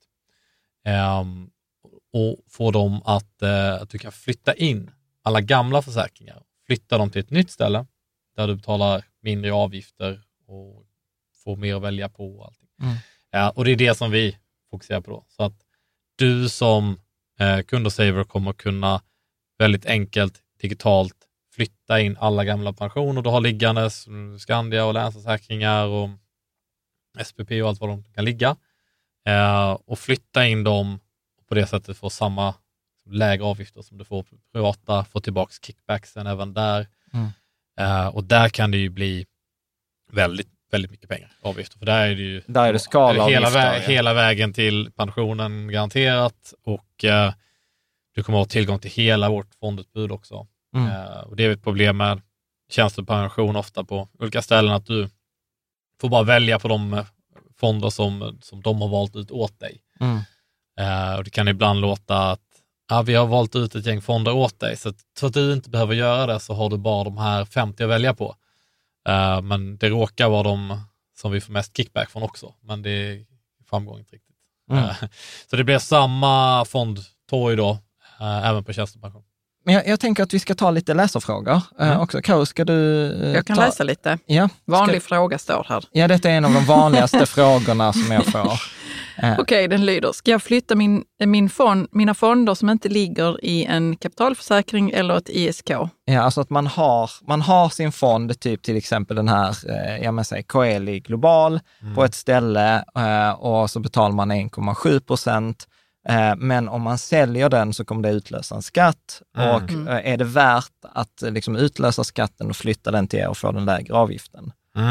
Och få dem att du kan flytta in alla gamla försäkringar. Flytta dem till ett nytt ställe där du betalar mindre avgifter och får mer att välja på. Och allting. Och det är det som vi fokuserar på då. Så att du som kund och saver kommer kunna väldigt enkelt digitalt flytta in alla gamla pensioner du har liggandes, Skandia och Länsförsäkringar och SPP och allt vad de kan ligga. Och flytta in dem och på det sättet få samma lägre avgifter som du får privata, få tillbaka kickbacksen även där. Och där kan det ju bli väldigt, väldigt mycket pengar avgifter. För där är det skalavgifter. Hela vägen till pensionen garanterat och du kommer ha tillgång till hela vårt fondutbud också. Och det är ett problem med tjänstepension ofta på olika ställen att du får bara välja på de fonder som de har valt ut åt dig. Och det kan ibland låta att vi har valt ut ett gäng fonder åt dig så att du inte behöver göra det så har du bara de här 50 att välja på. Men det råkar vara de som vi får mest kickback från också. Men det framgår inte riktigt. Så det blir samma fondtorg då även på tjänstepension. Men jag tänker att vi ska ta lite läsarfrågor också. Karo, ska du jag kan läsa lite. Ja. Vanlig fråga står här. Ja, detta är en av de vanligaste frågorna som jag får. Okej, den lyder. Ska jag flytta mina fonder som inte ligger i en kapitalförsäkring eller ett ISK? Ja, alltså att man har sin fond, typ till exempel den här Coeli Global på ett ställe och så betalar man 1,7%. Men om man säljer den så kommer det utlösa en skatt och är det värt att liksom utlösa skatten och flytta den till er och få den lägre avgiften?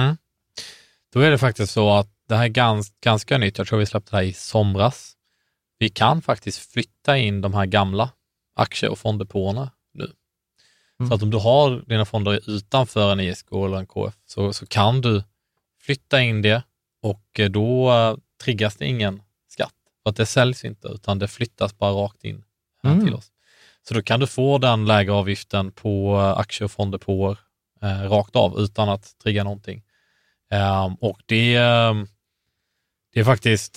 Då är det faktiskt så att det här är ganska nytt. Jag tror vi släppte det här i somras. Vi kan faktiskt flytta in de här gamla aktie- och fonddepåerna nu. Så att om du har dina fonder utanför en ISK eller en KF så kan du flytta in det och då triggas det ingen skatt. För att det säljs inte utan det flyttas bara rakt in till oss. Så då kan du få den lägre avgiften på aktie- och fonddepåer rakt av utan att trigga någonting. Och det är faktiskt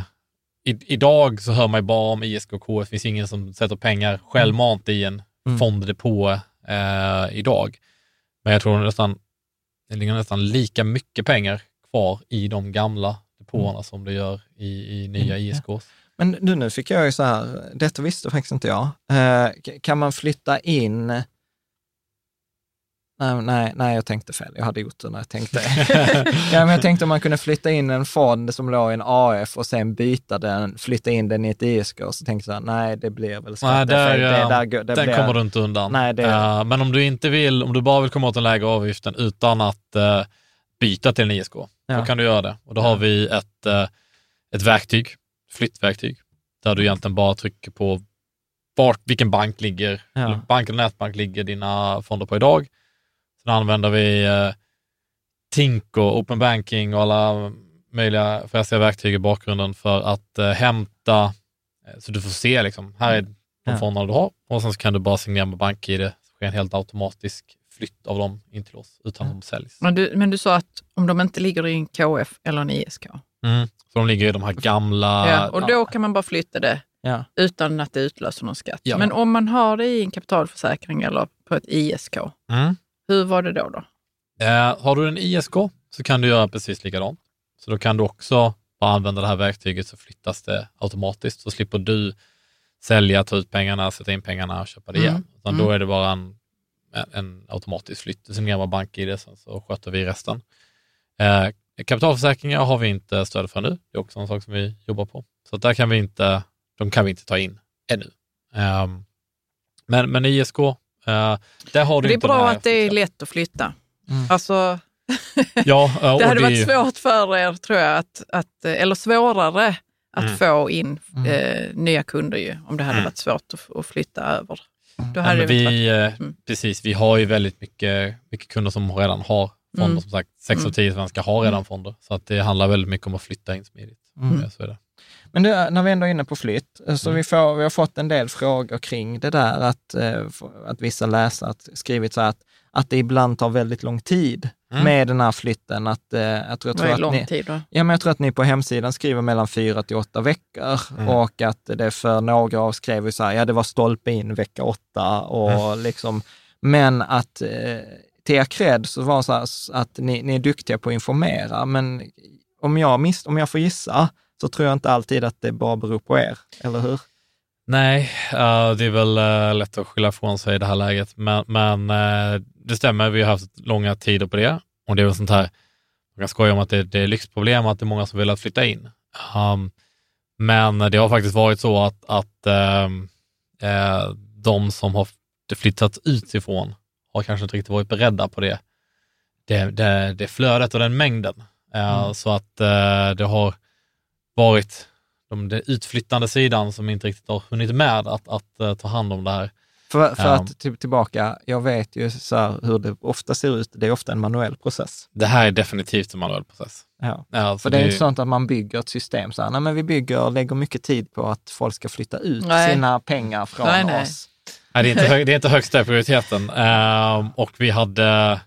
idag så hör man ju bara om ISK och KF. Det finns ingen som sätter pengar självmant i en fonddepå idag. Men jag tror det ligger nästan lika mycket pengar kvar i de gamla depåerna som det gör i nya ISKs. Men nu fick jag ju så här, detta visste faktiskt inte jag. Kan man flytta in... Nej, jag tänkte fel. Jag hade gjort det när jag tänkte. Men jag tänkte om man kunde flytta in en fond som låg i en AF och sen flytta in den i ett ISK. Så tänkte jag, nej, det blir väl skattefel. Den kommer du inte undan. Nej, men om du bara vill komma åt den lägre avgiften utan att byta till en ISK. Då kan du göra det. Och då har vi ett verktyg, flyttverktyg, där du egentligen bara trycker på vilken bank ligger, bank eller nätbank ligger dina fonder på idag. Sen använder vi Tink och Open Banking och alla möjliga fräsiga verktyg i bakgrunden för att hämta, så du får se liksom, här är de fonderna du har, och sen så kan du bara signera med BankID, så sker en helt automatisk flytt av dem in till oss utan att de säljs. Men du sa att om de inte ligger i en KF eller en ISK. Så de ligger i de här gamla... Ja, och då kan man bara flytta det utan att det utlöser någon skatt. Ja. Men om man har det i en kapitalförsäkring eller på ett ISK, hur var det då? Har du en ISK så kan du göra precis likadant. Så då kan du också bara använda det här verktyget, så flyttas det automatiskt. Så slipper du sälja, ta ut pengarna, sätta in pengarna och köpa det igen. Utan då är det bara en automatisk flytt. Sen ger man BankID, sen så sköter vi resten. Kapitalförsäkringar har vi inte stöd för nu. Det är också en sak som vi jobbar på. Så där kan vi inte ta in ännu. Men ISK, där har du det är inte... Det är bra att det är lätt att flytta. Alltså, det hade varit svårt för er, tror jag, eller svårare att få in nya kunder ju, om det hade varit svårt att flytta över. Då hade precis, vi har ju väldigt mycket kunder som redan har fonder. Som sagt, 6 av 10 svenskar har redan fonder. Så att det handlar väldigt mycket om att flytta in smidigt. Så är det. Men när vi ändå är inne på flytt, så vi har fått en del frågor kring det där, att vissa läsare skrivit så här att det ibland tar väldigt lång tid med den här flytten. Jag tror att ni på hemsidan skriver mellan 4 till 8 veckor och att det för några av skrev så här, det var stolpe in vecka 8 och liksom, men att till er cred så var det så här att ni är duktiga på att informera, men om jag får gissa så tror jag inte alltid att det bara beror på er, eller hur? Nej, det är väl lätt att skylla från sig i det här läget, men det stämmer, vi har haft långa tider på det, och det är väl sånt här, man kan skoja om att det är lyxproblem, att det är många som vill flytta in. Men det har faktiskt varit så att de som har flyttat ut ifrån har kanske inte riktigt varit beredda på det flödet och den mängden. Så att det har varit den utflyttande sidan som inte riktigt har hunnit med att ta hand om det här. För att tillbaka, jag vet ju så här, hur det ofta ser ut, det är ofta en manuell process. Det här är definitivt en manuell process. För det är inte sånt att man bygger ett system så här, nej, men vi lägger mycket tid på att folk ska flytta ut sina pengar från oss. Nej, det är inte högsta prioriteten. Och vi hade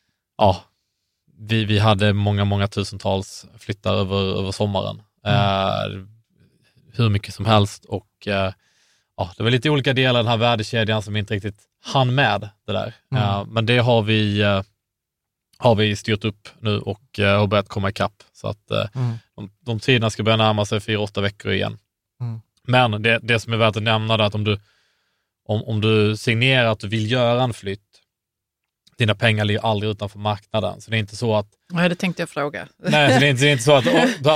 vi hade många tusentals flyttar över sommaren. Hur mycket som helst, och det var lite olika delar av den här värdekedjan som inte riktigt hann med det där. Men det har vi styrt upp nu och har börjat komma ikapp, så att de tiderna ska börja närma sig 4-8 veckor igen. Men det som är värt att nämna är att om du signerar att du vill göra en flytt, dina pengar ligger aldrig utanför marknaden. Så det är inte så att... Nej, det tänkte jag fråga. Nej, så det är inte så att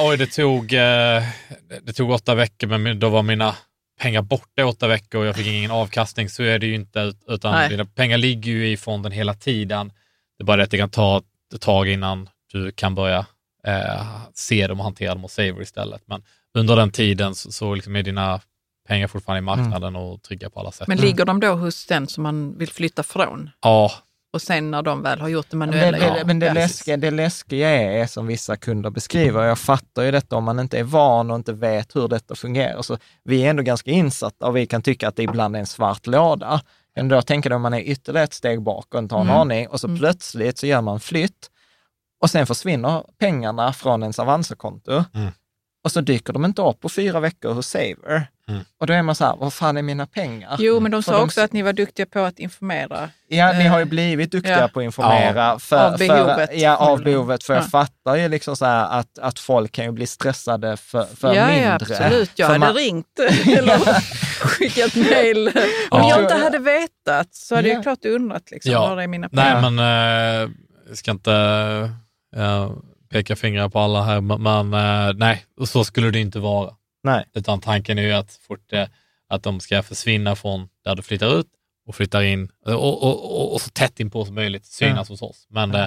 det tog 8 veckor, men då var mina pengar borta i 8 veckor och jag fick ingen avkastning. Så är det ju inte, utan dina pengar ligger ju i fonden hela tiden. Det är bara det att det kan ta ett tag innan du kan börja se dem och hantera dem och saver istället. Men under den tiden så liksom är dina pengar fortfarande i marknaden och trygga på alla sätt. Men ligger de då hos den som man vill flytta från? Ja. Och sen när de väl har gjort det manuella. Men det läskiga är som vissa kunder beskriver, och jag fattar ju detta om man inte är van och inte vet hur detta fungerar. Så vi är ändå ganska insatta och vi kan tycka att det ibland är en svart låda. Men då tänker jag om man är ytterligare ett steg bak och inte har en aning, och så plötsligt så gör man flytt och sen försvinner pengarna från ens Avanza-konto. Och så dyker de inte upp på 4 veckor hos Saver. Och då är man så här, vad fan är mina pengar? Jo, men de sa också att ni var duktiga på att informera. Ja, ni har ju blivit duktiga på att informera. Av behovet. För jag fattar ju liksom så här att folk kan ju bli stressade för mindre. Ja, absolut. Jag hade ringt eller skickat mejl. Om jag inte hade vetat så hade jag klart undrat liksom, var är mina pengar? Nej, men jag ska inte... peka fingrar på alla här, men nej, och så skulle det inte vara. Nej. Utan tanken är ju att de ska försvinna från där du flyttar ut och flyttar in och så tätt in på som möjligt synas hos oss. Men det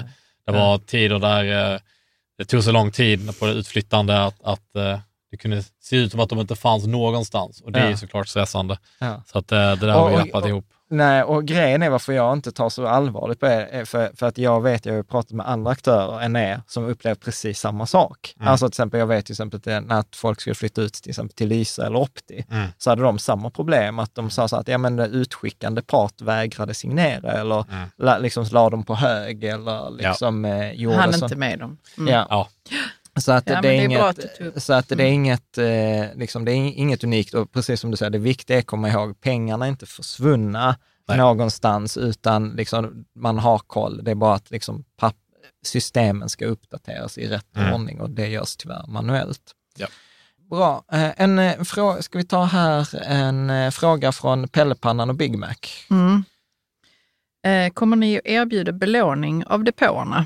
Det var tider där det tog så lång tid på det utflyttande att det kunde se ut som att de inte fanns någonstans. Och det är ju såklart stressande. Ja. Så att det där har vi lappat ihop. Nej, och grejen är varför jag inte tar så allvarligt på det, för att jag vet, jag har pratat med andra aktörer än er som upplevt precis samma sak. Alltså till exempel, jag vet till exempel när folk skulle flytta ut till exempel till Lysa eller Opti, så hade de samma problem, att de sa så att det utskickande part vägrade signera eller liksom la dem på hög eller liksom gjorde han så. Inte med dem. Ja. Så att det är inget, liksom, det är inget unikt, och precis som du säger, det viktiga är att komma ihåg, pengarna är inte försvunna någonstans, utan liksom, man har koll. Det är bara att liksom, systemen ska uppdateras i rätt ordning, och det görs tyvärr manuellt. Ja. Bra. Ska vi ta här en fråga från Pellepannan och Big Mac. Kommer ni att erbjuda belåning av depåerna?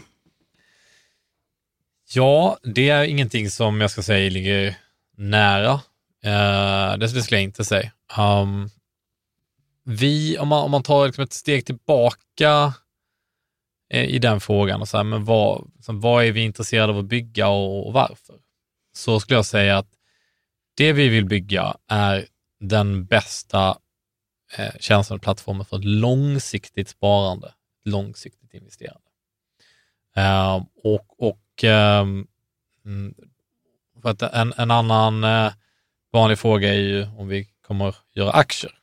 Ja, det är ingenting som jag ska säga ligger nära. Det skulle jag inte säga. Om man tar liksom ett steg tillbaka i den frågan och så här, men vad är vi intresserade av att bygga och varför? Så skulle jag säga att det vi vill bygga är den bästa tjänsten och plattformen för ett långsiktigt sparande, långsiktigt investerande. För att en annan vanlig fråga är ju om vi kommer göra aktier.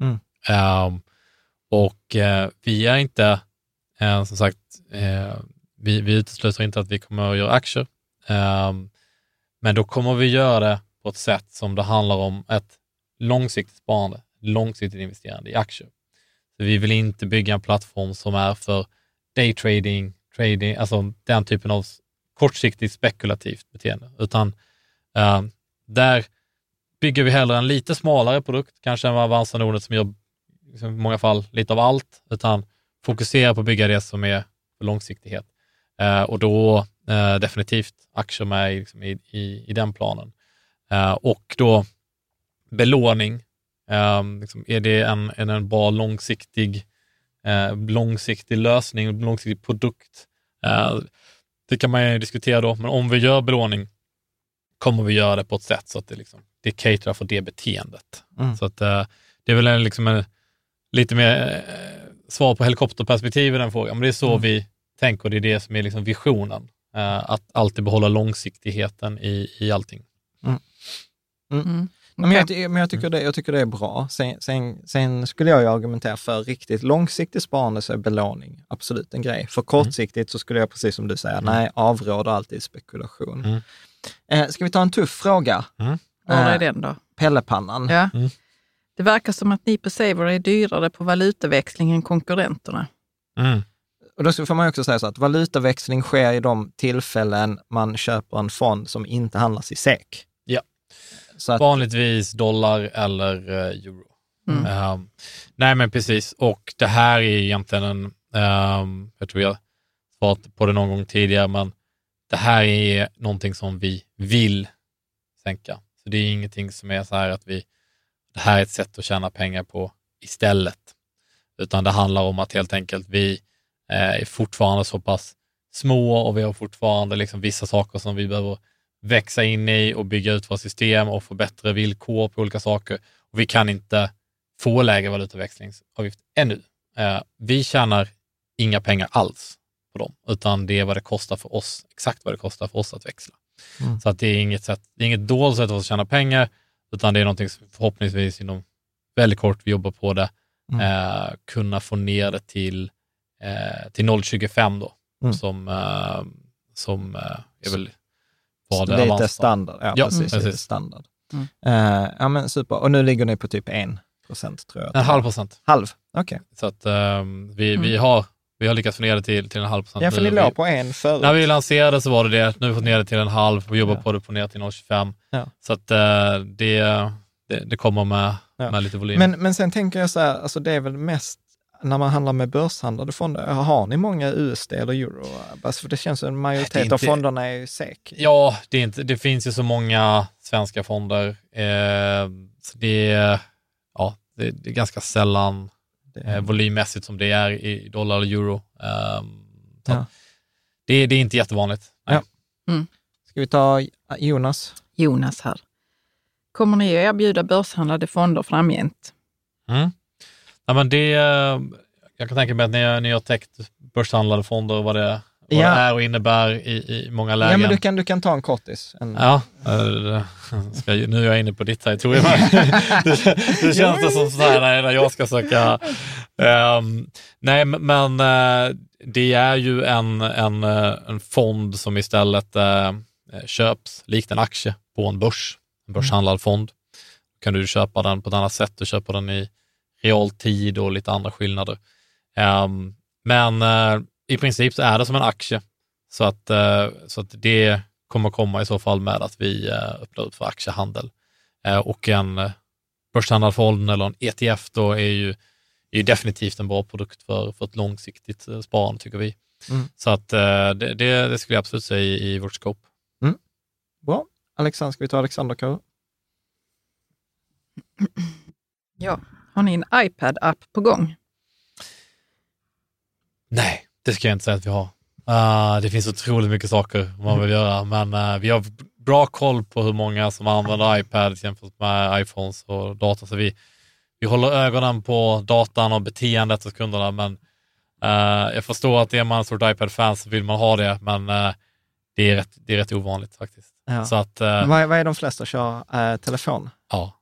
Vi är inte, som sagt, vi utesluter inte att vi kommer att göra aktier. Men då kommer vi göra det på ett sätt som det handlar om ett långsiktigt sparande, långsiktigt investerande i aktier. Så vi vill inte bygga en plattform som är för daytrading, alltså den typen av kortsiktigt spekulativt beteende, utan där bygger vi hellre en lite smalare produkt, kanske än vad Avanza-nodet som gör liksom, i många fall lite av allt, utan fokusera på att bygga det som är för långsiktighet. Och då definitivt aktier med liksom, i den planen. Och då belåning, liksom, är det en bra långsiktig lösning, långsiktig produkt. Det kan man ju diskutera då, men om vi gör belåning kommer vi göra det på ett sätt så att det caterar för det beteendet. Så att det är väl en lite mer svar på helikopterperspektiv i den frågan, men det är så vi tänker, och det är det som är liksom visionen, att alltid behålla långsiktigheten i allting. Men jag tycker det är bra. Sen skulle jag ju argumentera för riktigt långsiktigt sparande, så är belåning absolut en grej. För kortsiktigt så skulle jag, precis som du säger, nej, avråda alltid spekulation. Ska vi ta en tuff fråga? Vad är den då? Pellepannan. Ja. Det verkar som att ni på Saver är dyrare på valutaväxling än konkurrenterna. Och då får man också säga så att valutaväxling sker i de tillfällen man köper en fond som inte handlas i SEK. Ja. Så att, vanligtvis dollar eller euro. Nej, men precis. Och det här är egentligen jag tror jag svarat på det någon gång tidigare, men det här är någonting som vi vill sänka. Så det är ingenting som är så här att det här är ett sätt att tjäna pengar på istället. Utan det handlar om att helt enkelt vi är fortfarande så pass små, och vi har fortfarande liksom vissa saker som vi behöver växa in i och bygga ut våra system och få bättre villkor på olika saker. Och vi kan inte få lägre valutaväxlingsavgift ännu. Vi tjänar inga pengar alls på dem, utan det är vad det kostar för oss, exakt vad det kostar för oss att växla. Så att det är inget dåligt sätt att tjäna pengar, utan det är någonting som förhoppningsvis inom väldigt kort, vi jobbar på det, kunna få ner det till 0,25 då, som är väl vad det är. Lite standard, precis. Lite standard. Ja, men super. Och nu ligger ni på typ 1%, tror jag. 0,5%. Halv, okej. Så att vi har lyckats få ner det till 0,5%. Ja, för ni låg på 1 förut. När vi lanserade så var det. Nu har vi fått ner det till 0,5 och jobbar på det på ner till 0,25. Ja. Så att det kommer med lite volym. Men sen tänker jag så här, alltså det är väl mest när man handlar med börshandlade fonder, har ni många USD eller euro? Alltså för det känns som en majoritet av fonderna är ju SEK. Ja, det finns ju så många svenska fonder. Så det är ganska sällan volymmässigt som det är i dollar eller euro. det är inte jättevanligt. Nej. Ja. Ska vi ta Jonas här. Kommer ni att erbjuda börshandlade fonder framgent? Ja, men jag kan tänka mig att ni har täckt börshandlade fonder och vad det är och innebär i många lägen. Ja, men du kan ta en kortis. Ja, nu är jag inne på ditt territorium. Det känns det som så här när jag ska söka. Nej, men det är ju en fond som istället köps likt en aktie på en börs. En börshandlad fond. Kan du köpa den på ett annat sätt. Du köper den i realtid och lite andra skillnader. Men i princip så är det som en aktie. Så att det kommer komma i så fall med att vi öppnar upp för aktiehandel. Och en börshandlad fond eller en ETF då är ju definitivt en bra produkt för ett långsiktigt sparande tycker vi. Så att det skulle jag absolut säga i vårt scope. Bra. Alexander, ska vi ta Alexander K? Ja, har ni en iPad-app på gång? Nej, det ska jag inte säga att vi har. Det finns otroligt mycket saker man vill göra, men vi har bra koll på hur många som använder iPad jämfört med iPhones och data. Så vi håller ögonen på datan och beteendet hos kunderna, men jag förstår att är man en stort iPad-fan så vill man ha det, men det är rätt ovanligt faktiskt. Ja. Så att, vad är de flesta kör telefon? Ja,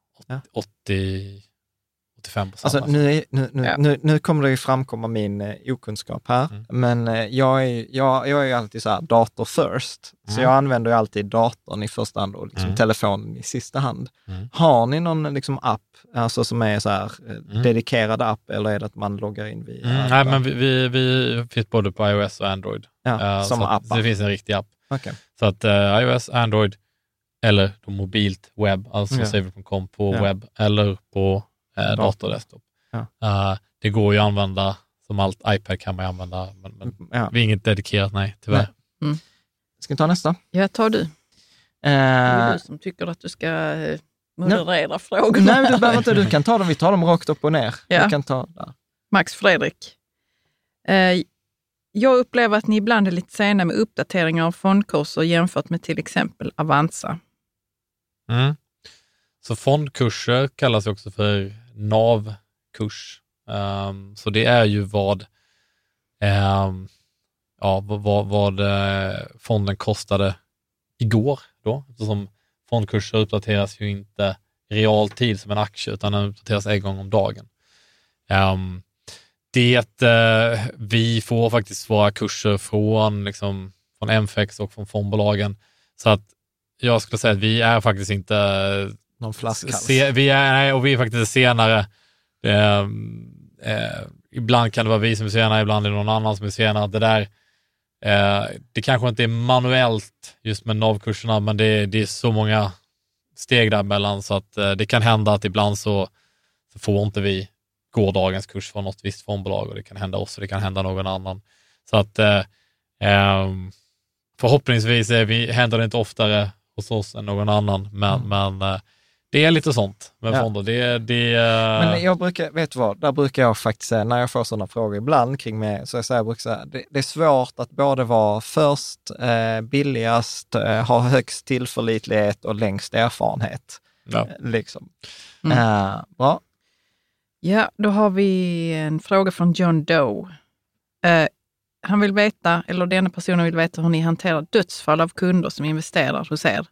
85%. Alltså, nu kommer det ju framkomma min okunskap här, men jag är ju alltid så här dator first, så jag använder ju alltid datorn i första hand och liksom telefonen i sista hand. Har ni någon liksom app alltså som är så här dedikerad app, eller är det att man loggar in via Nej, men vi finns både på iOS och Android. Som appar. Det finns en riktig app. Okay. Så att iOS, Android eller mobilt webb, alltså saver.com på webb eller på dator och desktop. Det går ju att använda, som allt iPad kan man använda, men vi är inget dedikerat, nej, tyvärr. Ska vi ta nästa? Ja, tar du. Det är du som tycker att du ska moderera frågorna. Nej, du behöver inte, du kan ta dem, vi tar dem rakt upp och ner. Ja. Du kan ta där. Max Fredrik. Jag upplever att ni ibland är lite sena med uppdateringar av fondkurser jämfört med till exempel Avanza. Så fondkurser kallas också för NAV-kurs. Så det är ju vad fonden kostade igår då. Eftersom fondkurser uppdateras ju inte i realtid som en aktie, utan den uppdateras en gång om dagen. Vi får faktiskt våra kurser från MFX och från fondbolagen. Så att jag skulle säga att vi är faktiskt inte någon flaskhals. Vi är faktiskt senare. Ibland kan det vara vi som är senare, ibland är det någon annan som är senare. Det kanske inte är manuellt just med NAV-kurserna, men det är så många steg däremellan så att det kan hända att ibland så får inte vi gårdagens kurs från något visst fondbolag, och det kan hända oss och det kan hända någon annan. Så att förhoppningsvis händer det inte oftare hos oss än någon annan, men det är lite sånt med fonder. Men jag brukar jag faktiskt säga, när jag får sådana frågor ibland kring mig, så jag brukar säga, det är svårt att både vara först, billigast, ha högst tillförlitlighet och längst erfarenhet. Ja. Bra. Ja, då har vi en fråga från John Doe. Han vill veta, eller denna personen vill veta hur ni hanterar dödsfall av kunder som investerar hos er.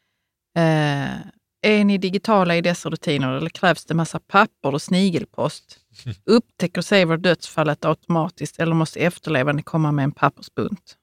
Är ni digitala i dessa rutiner eller krävs det massa papper och snigelpost? Upptäcker Saver dödsfallet automatiskt eller måste efterlevande komma med en pappersbunt?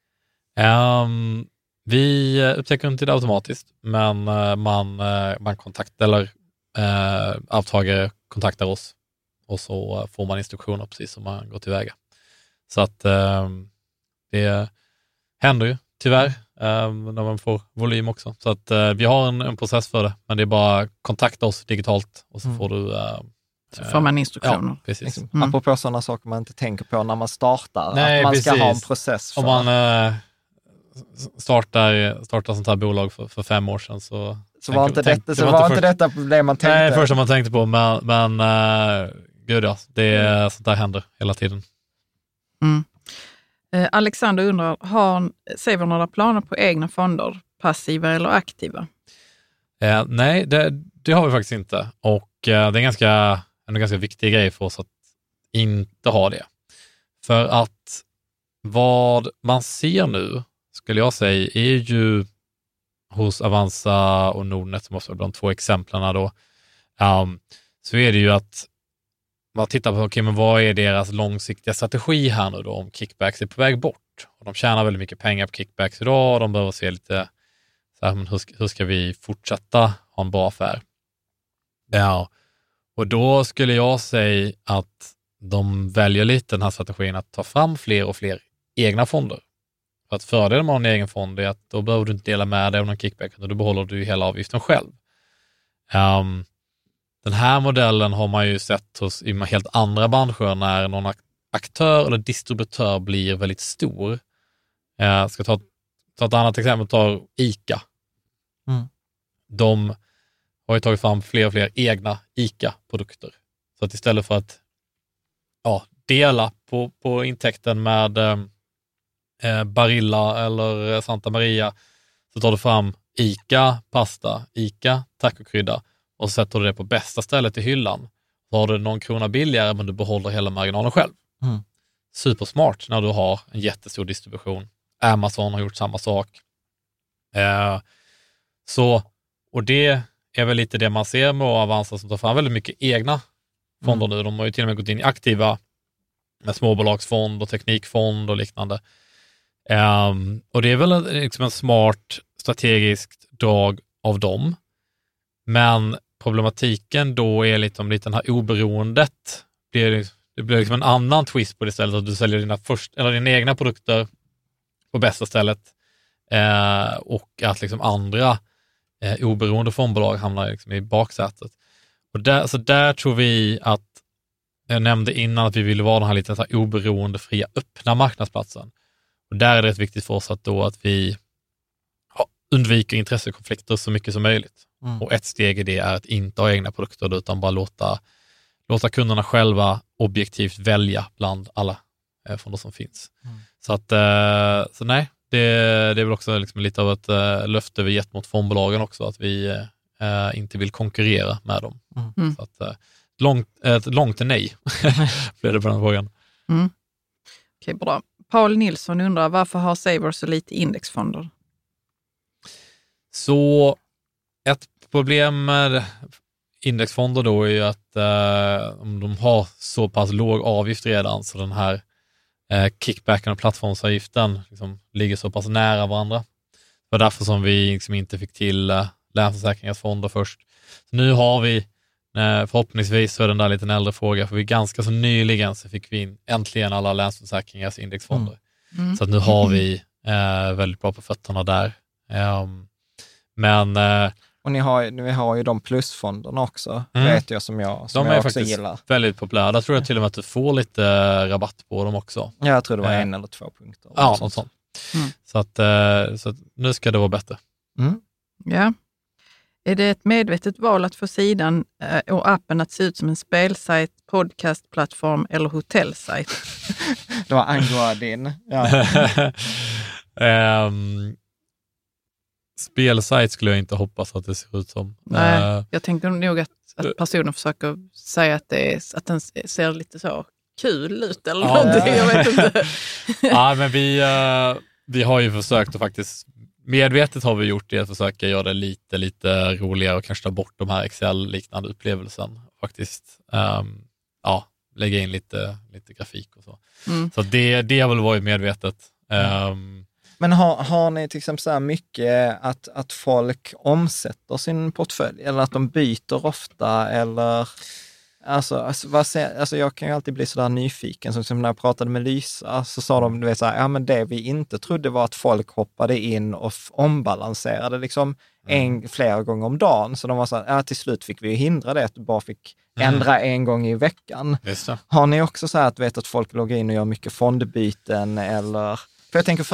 Vi upptäcker inte det automatiskt, men man kontaktar eller avtagare kontaktar oss och så får man instruktioner precis som man går tillväga. Så att det händer ju tyvärr när man får volym också. Så att vi har en process för det, men det är bara kontakta oss digitalt och så får du så får man instruktioner. Ja, precis. Apropå sådana saker man inte tänker på när man startar. Nej, att man precis. ska ha en process för. Om man startar sånt här bolag för 5 år sedan så var inte detta det man tänkte. Nej, första man tänkte på, men gud ja, sånt där händer hela tiden. Alexander undrar, har Saver några planer på egna fonder, passiva eller aktiva? Nej, det har vi faktiskt inte. Och det är en ganska viktig grej för oss att inte ha det. För att vad man ser nu, skulle jag säga, är ju hos Avanza och Nordnet, som också är de 2 exemplen då, så är det ju att man tittar på, okej, men vad är deras långsiktiga strategi här nu då, om kickbacks är på väg bort. Och de tjänar väldigt mycket pengar på kickbacks idag, och de behöver se lite så här, men hur ska vi fortsätta ha en bra affär? Ja, och då skulle jag säga att de väljer lite den här strategin att ta fram fler och fler egna fonder. För att fördelen med en egen fond är att då behöver du inte dela med dig av någon kickback, utan då behåller du hela avgiften själv. Den här modellen har man ju sett i helt andra branscher när någon aktör eller distributör blir väldigt stor. Jag ska ta ett annat exempel, ta ICA. De har ju tagit fram fler och fler egna ICA-produkter. Så att istället för att dela på intäkten med Barilla eller Santa Maria, så tar du fram ICA pasta, ICA tacokrydda, och så sätter du det på bästa stället i hyllan. Så har du någon krona billigare, men du behåller hela marginalen själv. Supersmart när du har en jättestor distribution. Amazon har gjort samma sak. Och det är väl lite det man ser med Avanza, som tar fram väldigt mycket egna fonder nu. De har ju till och med gått in i aktiva med småbolagsfond och teknikfond och liknande. Och det är väl liksom en smart strategiskt drag av dem. Men problematiken då är lite om den här oberoendet. Det blir liksom en annan twist på det stället, att du säljer dina egna produkter på bästa stället, och att liksom andra oberoende fondbolag hamnar liksom i baksätet. Och där tror vi att, jag nämnde innan att vi ville vara den här lite så här oberoende, fria, öppna marknadsplatsen. Och där är det viktigt för oss att vi undviker intressekonflikter så mycket som möjligt. Och ett steg i det är att inte ha egna produkter, utan bara låta kunderna själva objektivt välja bland alla fonder som finns. Så nej, det är väl också liksom lite av ett löfte vi gett mot fondbolagen också, att vi inte vill konkurrera med dem. Så att ett långt nej blir det på den frågan. Okej, bra. Paul Nilsson undrar, varför har Saver så lite indexfonder? Så ett problem med indexfonder då är ju att om de har så pass låg avgift redan, så den här kickbacken och plattformsavgiften liksom ligger så pass nära varandra. Det var därför som vi liksom inte fick till Länsförsäkringars fonder först. Så nu har vi, förhoppningsvis så är den där lite en äldre fråga, för vi ganska så nyligen så fick vi in äntligen alla Länsförsäkringars indexfonder. Så att nu har vi väldigt bra på fötterna där. Och ni har ju de plusfonderna också, vet jag, som jag också gillar. Väldigt populära. Där tror jag till och med att du får lite rabatt på dem också. Ja, jag tror det var 1 eller 2 punkter. Ja, något sånt. Så att nu ska det vara bättre. Ja. Är det ett medvetet val att få sidan och appen att se ut som en spelsajt, podcastplattform eller hotellsajt? Det var Angua din. Ja. Spelsajt skulle jag inte hoppas att det ser ut som. Nej, jag tänker nog att personen försöker säga att den ser lite så kul ut eller någonting, jag vet inte. Ja, men vi har ju försökt att faktiskt, medvetet har vi gjort det, att försöka göra det lite roligare och kanske ta bort de här Excel-liknande upplevelsen. Faktiskt lägga in lite grafik och så. Så det har väl varit medvetet. Men har ni till exempel så här mycket att folk omsätter sin portfölj, eller att de byter ofta, eller alltså jag kan ju alltid bli så där nyfiken, som när jag pratade med Lysa så sa de, du vet, så här, men det vi inte trodde var att folk hoppade in och ombalanserade liksom flera gånger om dagen, så de var så här, till slut fick vi ju hindra det, att du bara fick ändra en gång i veckan. Har ni också så här att vet att folk loggar in och gör mycket fondbyten, eller? För jag tänker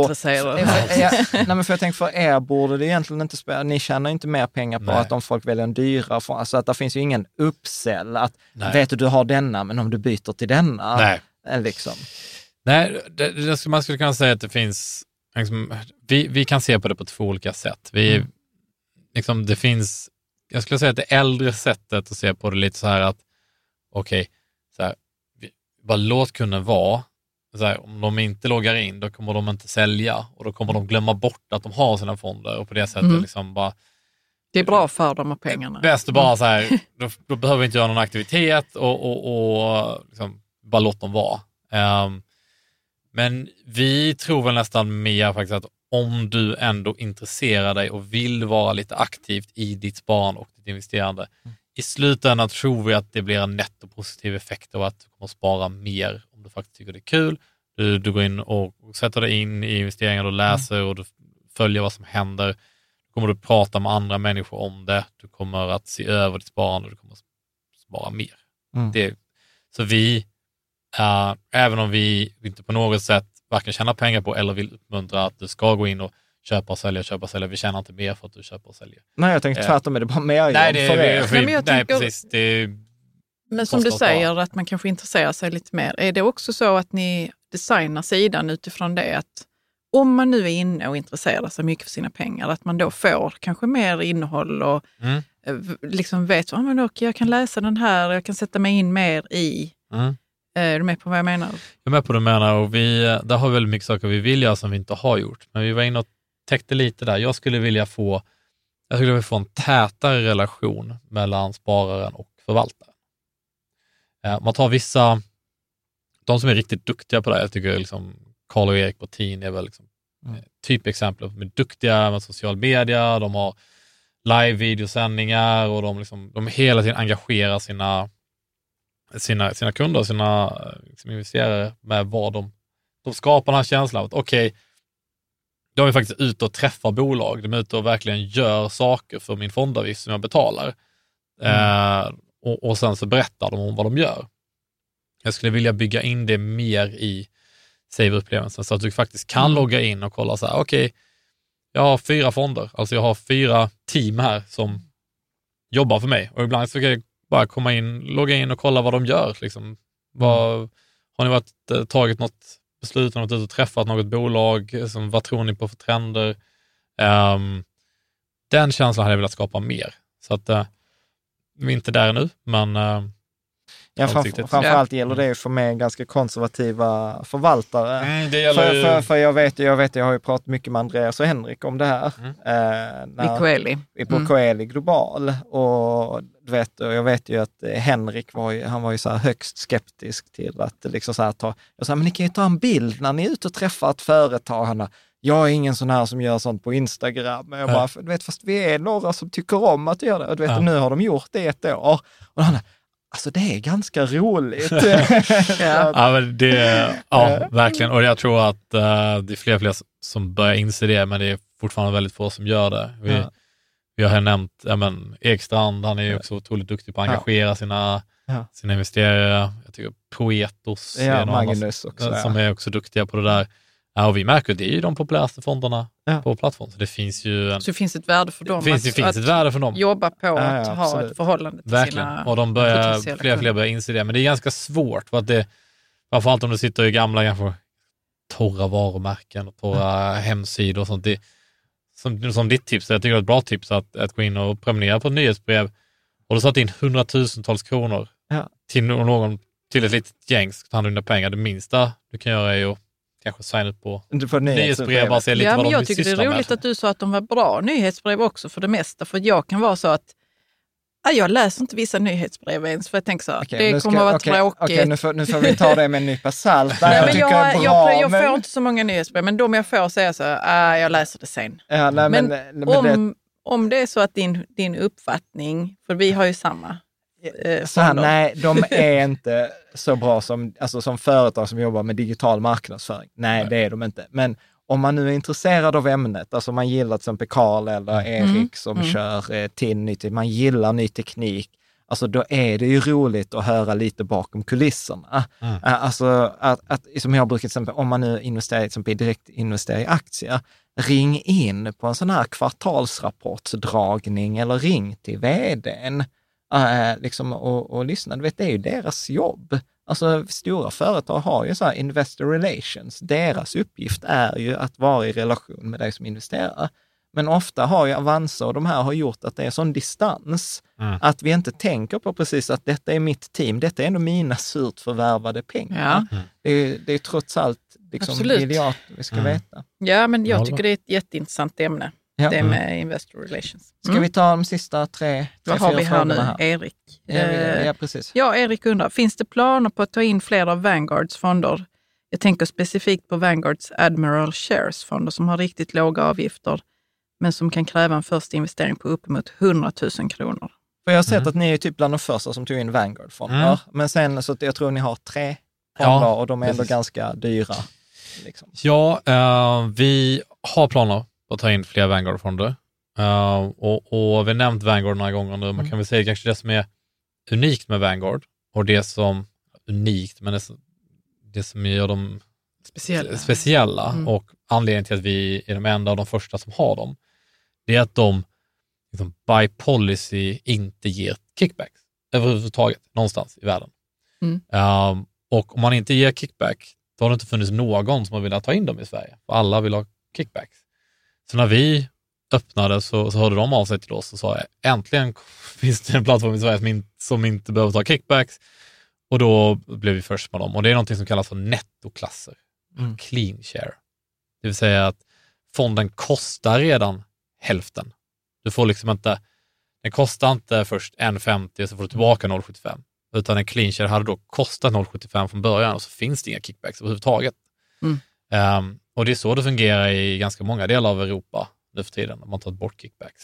för er borde det egentligen inte spela. Ni tjänar inte mer pengar på att om folk väljer en dyra fond. Alltså att det finns ju ingen uppsell att vet du har denna, men om du byter till denna. Nej. Liksom. Nej, man skulle kunna säga att det finns... Liksom, vi kan se på det på 2 olika sätt. Liksom, det finns... Jag skulle säga att det äldre sättet att se på det lite så här att okej, så här, bara låt kunden vara. Så här, om de inte loggar in, då kommer de inte sälja. Och då kommer de glömma bort att de har sina fonder. Och på det sättet liksom bara... Det är bra för dem och pengarna. Bäst att bara så här, då behöver vi inte göra någon aktivitet och liksom, bara låt dem vara. Men vi tror väl nästan mer faktiskt att om du ändå intresserar dig och vill vara lite aktivt i ditt sparande och ditt investerande, i slutändan tror vi att det blir en nettopositiv effekt av att du kommer att spara mer om du faktiskt tycker det är kul. Du går in och sätter dig in i investeringar och läser och du följer vad som händer. Du kommer att prata med andra människor om det. Du kommer att se över ditt sparande och du kommer att spara mer. Så vi, även om vi inte på något sätt varken tjänar pengar på eller vill uppmuntra att du ska gå in och köpa och sälja. Vi tjänar inte mer för att du köper och säljer. Nej, jag tänkte tvärtom, är det bara mer jobb för er? Precis. Men som du säger, att man kanske intresserar sig lite mer. Är det också så att ni designar sidan utifrån det att om man nu är inne och intresserar sig mycket för sina pengar, att man då får kanske mer innehåll och liksom vet att jag kan läsa den här, jag kan sätta mig in mer i. Är du med på vad jag menar? Jag är med på vad du menar och där har vi väldigt mycket saker vi vill göra som vi inte har gjort. Men vi var inne och täckte lite där. Jag skulle vilja få en tätare relation mellan spararen och förvaltaren. Man tar vissa, de som är riktigt duktiga på det, jag tycker liksom Carl och Erik Bortin är väl liksom typexempel. De är duktiga med social media, de har live-videosändningar och de hela tiden engagerar sina kunder, sina liksom, investerare med vad de skapar den här känslan av att okej, de är faktiskt ute och träffar bolag, de är ute och verkligen gör saker för min fondavgift som jag betalar. Och sen så berättar de om vad de gör. Jag skulle vilja bygga in det mer i Saver-upplevelsen så att du faktiskt kan logga in och kolla så här, okej, jag har 4 fonder, alltså jag har 4 team här som jobbar för mig och ibland så kan jag bara komma in, logga in och kolla vad de gör. Liksom. Har ni tagit något beslut, något ut och träffat något bolag? Vad tror ni på för trender? Den känslan hade jag velat skapa mer. Så att vi är inte där nu, men... framförallt gäller det för mig ganska konservativa förvaltare. Det gäller för jag vet, jag har ju pratat mycket med Andreas och Henrik om det här. På Coeli Global. Och jag vet ju att Henrik var ju så här högst skeptisk till att liksom så här jag sa, men ni kan ju ta en bild när ni är ute och träffar ett företag. Jag är ingen sån här som gör sånt på Instagram. Men jag bara, fast vi är några som tycker om att göra det. Och nu har de gjort det 1 år. Och han alltså det är ganska roligt. Verkligen. Och jag tror att det är fler som börjar inse det, men det är fortfarande väldigt få som gör det. Vi har nämnt Ekstrand, han är ju också otroligt duktig på att engagera sina investerare. Jag tycker Proetos är Magnus också, som är också duktiga på det där. Ja, och vi märker att det är ju de populäraste fonderna på plattformen. Så det finns ju... Så det finns ett värde för dem det finns ett värde för dem. Jobba på att ha ett förhållande till sina... Och de fler börjar inse det. Men det är ganska svårt. För att framförallt om du sitter i gamla kanske torra varumärken och torra hemsidor och sånt. Det, som ditt tips, jag tycker det är ett bra tips att gå in och prenumerera på ett nyhetsbrev. Och du satt in 100,000-tals kronor till ett litet gäng som tar hand om dina pengar. Det minsta du kan göra är ju kanske signa upp på nyhetsbrev. Bara se lite vad men jag tycker det är roligt att du sa att de var bra nyhetsbrev också för det mesta. För jag kan vara så att jag läser inte vissa nyhetsbrev ens för jag tänker så det kommer att vara tråkigt. Okej, nu får vi ta det med en nypa salt. Jag får inte så många nyhetsbrev, men de jag får säger så jag läser det sen. Om det är så att din uppfattning, för vi har ju samma. Nej, de är inte så bra som företag som jobbar med digital marknadsföring. Nej, det är de inte. Men om man nu är intresserad av ämnet, alltså man gillar till exempel Carl eller Erik som kör till man gillar ny teknik, alltså då är det ju roligt att höra lite bakom kulisserna. Alltså att som jag brukar till exempel, om man nu investerar exempel direkt investerar i aktier, ring in på en sån här kvartalsrapportsdragning eller ring till vdn. Och lyssna, det är ju deras jobb. Alltså stora företag har ju så här investor relations. Deras uppgift är ju att vara i relation med dig som investerar. Men ofta har ju Avanza och de här har gjort att det är sån distans att vi inte tänker på precis att detta är mitt team. Detta är ändå mina surt förvärvade pengar. Ja. Det är trots allt liksom miljard vi ska veta. Ja, men jag tycker det är ett jätteintressant ämne. Ja. Det med investor relations. Ska vi ta de sista tre, vad har vi här nu? Här? Erik. Ja, precis. Ja, Erik undrar, finns det planer på att ta in fler av Vanguards fonder? Jag tänker specifikt på Vanguards Admiral Shares-fonder som har riktigt låga avgifter men som kan kräva en första investering på uppemot 100 000 kronor. För jag har sett att ni är typ bland de första som tog in Vanguard-fonder. Men sen så jag tror ni har 3 fonder och de är ändå ganska dyra. Liksom. Ja, vi har planer på att ta in fler Vanguard-fonder. Och vi har nämnt Vanguard några gånger nu. Man kan väl säga kanske det som är unikt med Vanguard och det som det som gör dem speciella och anledningen till att vi är de enda av de första som har dem, det är att de liksom, by policy inte ger kickbacks överhuvudtaget någonstans i världen. Och om man inte ger kickback, då har det inte funnits någon som har velat ta in dem i Sverige. För alla vill ha kickbacks. Så när vi öppnade så hörde de av sig till oss och sa äntligen finns det en plattform i Sverige som inte behöver ta kickbacks. Och då blev vi först med dem. Och det är någonting som kallas för nettoklasser. Clean share. Det vill säga att fonden kostar redan hälften. Du får liksom inte, den kostar inte först 1,50 så får du tillbaka 0,75. Utan en clean share hade då kostat 0,75 från början och så finns det inga kickbacks överhuvudtaget. Och det är så det fungerar i ganska många delar av Europa nu för tiden, om man tar bort kickbacks.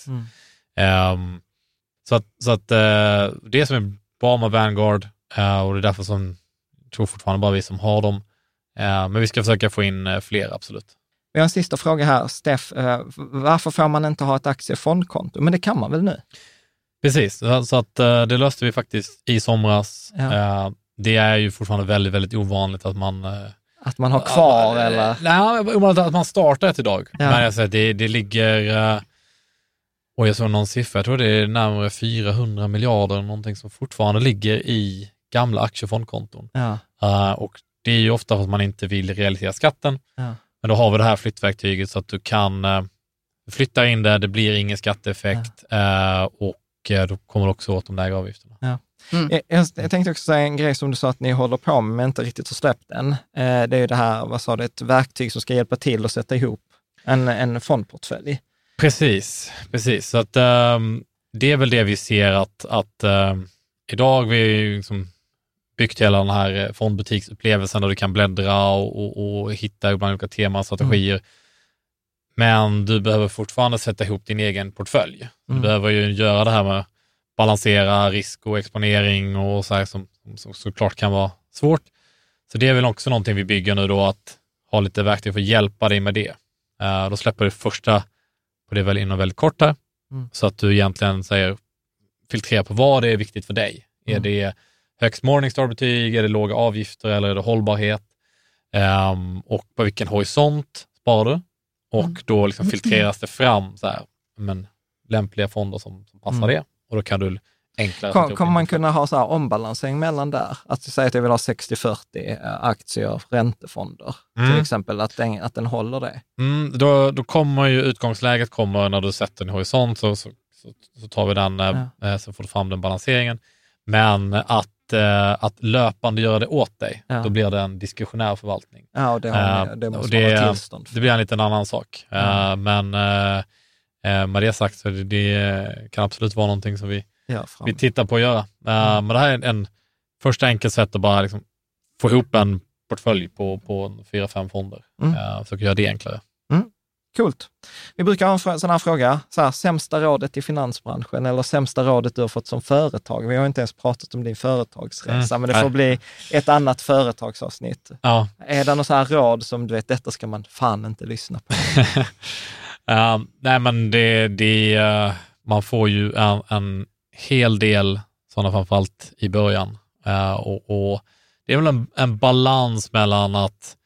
Så att det som är bra med Vanguard och det är därför som jag tror fortfarande bara vi som har dem. Men vi ska försöka få in fler, absolut. Vi har en sista fråga här, Steff. Varför får man inte ha ett aktiefondkonto? Men det kan man väl nu? Precis, så att det löste vi faktiskt i somras. Ja. Det är ju fortfarande väldigt, väldigt ovanligt att man... Att man har kvar eller? Nej, ovanligt att man startar ett idag. Ja. Men jag säger, det ligger... Och jag såg någon siffra, jag tror det är närmare 400 miljarder någonting som fortfarande ligger i gamla aktiefondkonton. Ja. Och det är ju ofta för att man inte vill realisera skatten. Ja. Men då har vi det här flyttverktyget så att du kan flytta in det blir ingen skatteeffekt och då kommer du också åt de lägre avgifterna. Ja. Jag tänkte också säga en grej som du sa att ni håller på med men inte riktigt har släppt än. Det är ju det här, vad sa du, ett verktyg som ska hjälpa till att sätta ihop en fondportfölj. Precis. Så att det är väl det vi ser att idag vi liksom byggt hela den här fondbutiksupplevelsen där du kan bläddra och hitta ibland olika teman och strategier. Men du behöver fortfarande sätta ihop din egen portfölj. Du behöver ju göra det här med balansera risk och exponering och så här som såklart kan vara svårt. Så det är väl också någonting vi bygger nu då, att ha lite verktyg för att hjälpa dig med det. Då släpper du första, och det är väl inom väldigt kort här, så att du egentligen säger filtrera på vad det är viktigt för dig. Är det högst Morningstar-betyg, är det låga avgifter eller är det hållbarhet? Och på vilken horisont sparar du? Och då liksom filtreras det fram så här, men lämpliga fonder som passar det. Och då kan du enklare... Kommer man kunna ha så här ombalansering mellan där? Att du säger att jag vill ha 60-40 aktier, räntefonder till exempel, att den håller det? Då kommer ju utgångsläget när du sätter en horisont så tar vi den så får du fram den balanseringen. Men att löpande göra det åt dig, då blir det en diskretionär förvaltning. Ja, och det måste vara tillstånd. Det blir en liten annan sak. Men med det sagt så det kan absolut vara någonting som vi tittar på att göra. Men det här är en första enkelt sätt att bara liksom få ihop en portfölj på 4-5 fonder. Så kan göra det enklare. Coolt. Vi brukar ha en sån här fråga, sämsta rådet i finansbranschen eller sämsta rådet du har fått som företag. Vi har inte ens pratat om din företagsresa, men det får bli ett annat företagsavsnitt. Ja. Är det något så här råd som du vet, detta ska man fan inte lyssna på? Nej, men man får ju en hel del sådana, framförallt i början. Och det är väl en balans mellan att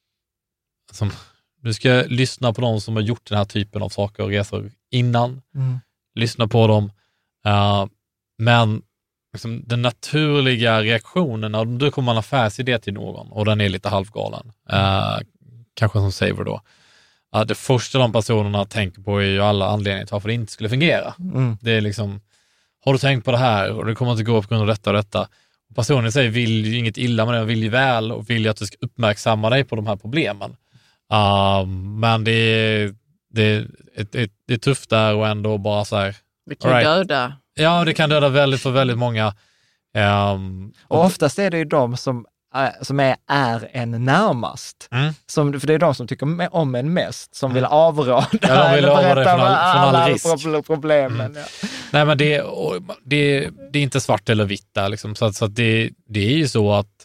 du ska lyssna på de som har gjort den här typen av saker och resor innan. Lyssna på dem. Men liksom den naturliga reaktionen om du kommer en affärsidé till någon och den är lite halvgalen. Kanske som Savor då. Det första de personerna tänker på är ju alla anledningar till varför det inte skulle fungera. Det är liksom, har du tänkt på det här och det kommer inte gå på grund av detta och detta. Och personen i sig vill ju inget illa med det, vill ju väl och vill ju att du ska uppmärksamma dig på de här problemen. Men det är tufft där och ändå bara så här. Det kan döda. Ja, det kan döda väldigt många. Och oftast är det ju de som är en närmast. För det är de som tycker om en mest, som vill avråda. Ja, de vill avråda från all risk. Problemen. Ja. Nej, men det är inte svart eller vitt där. Liksom. Så att det är ju så att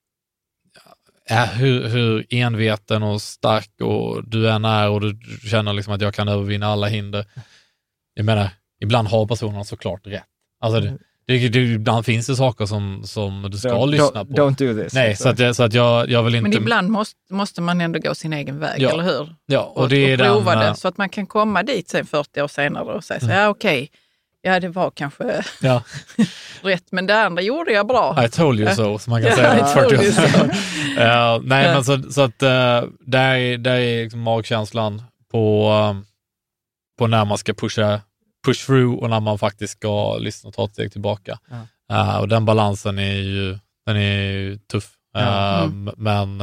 hur enveten och stark och du än är och du känner liksom att jag kan övervinna alla hinder. Jag menar, ibland har personerna såklart rätt. Alltså ibland finns det saker som du ska lyssna på. Don't do this. Nej, så att jag vill inte... Men ibland måste man ändå gå sin egen väg, eller hur? Ja, och det är prova det, så att man kan komma dit sen 40 år senare och säga så ja okej. Ja, det var kanske rätt, men det andra gjorde jag bra. I told you so, som man kan säga. 40 år sedan. Nej, men så att där är liksom magkänslan på när man ska push through och när man faktiskt ska lyssna och ta ett steg tillbaka. Och den balansen är ju tuff. Men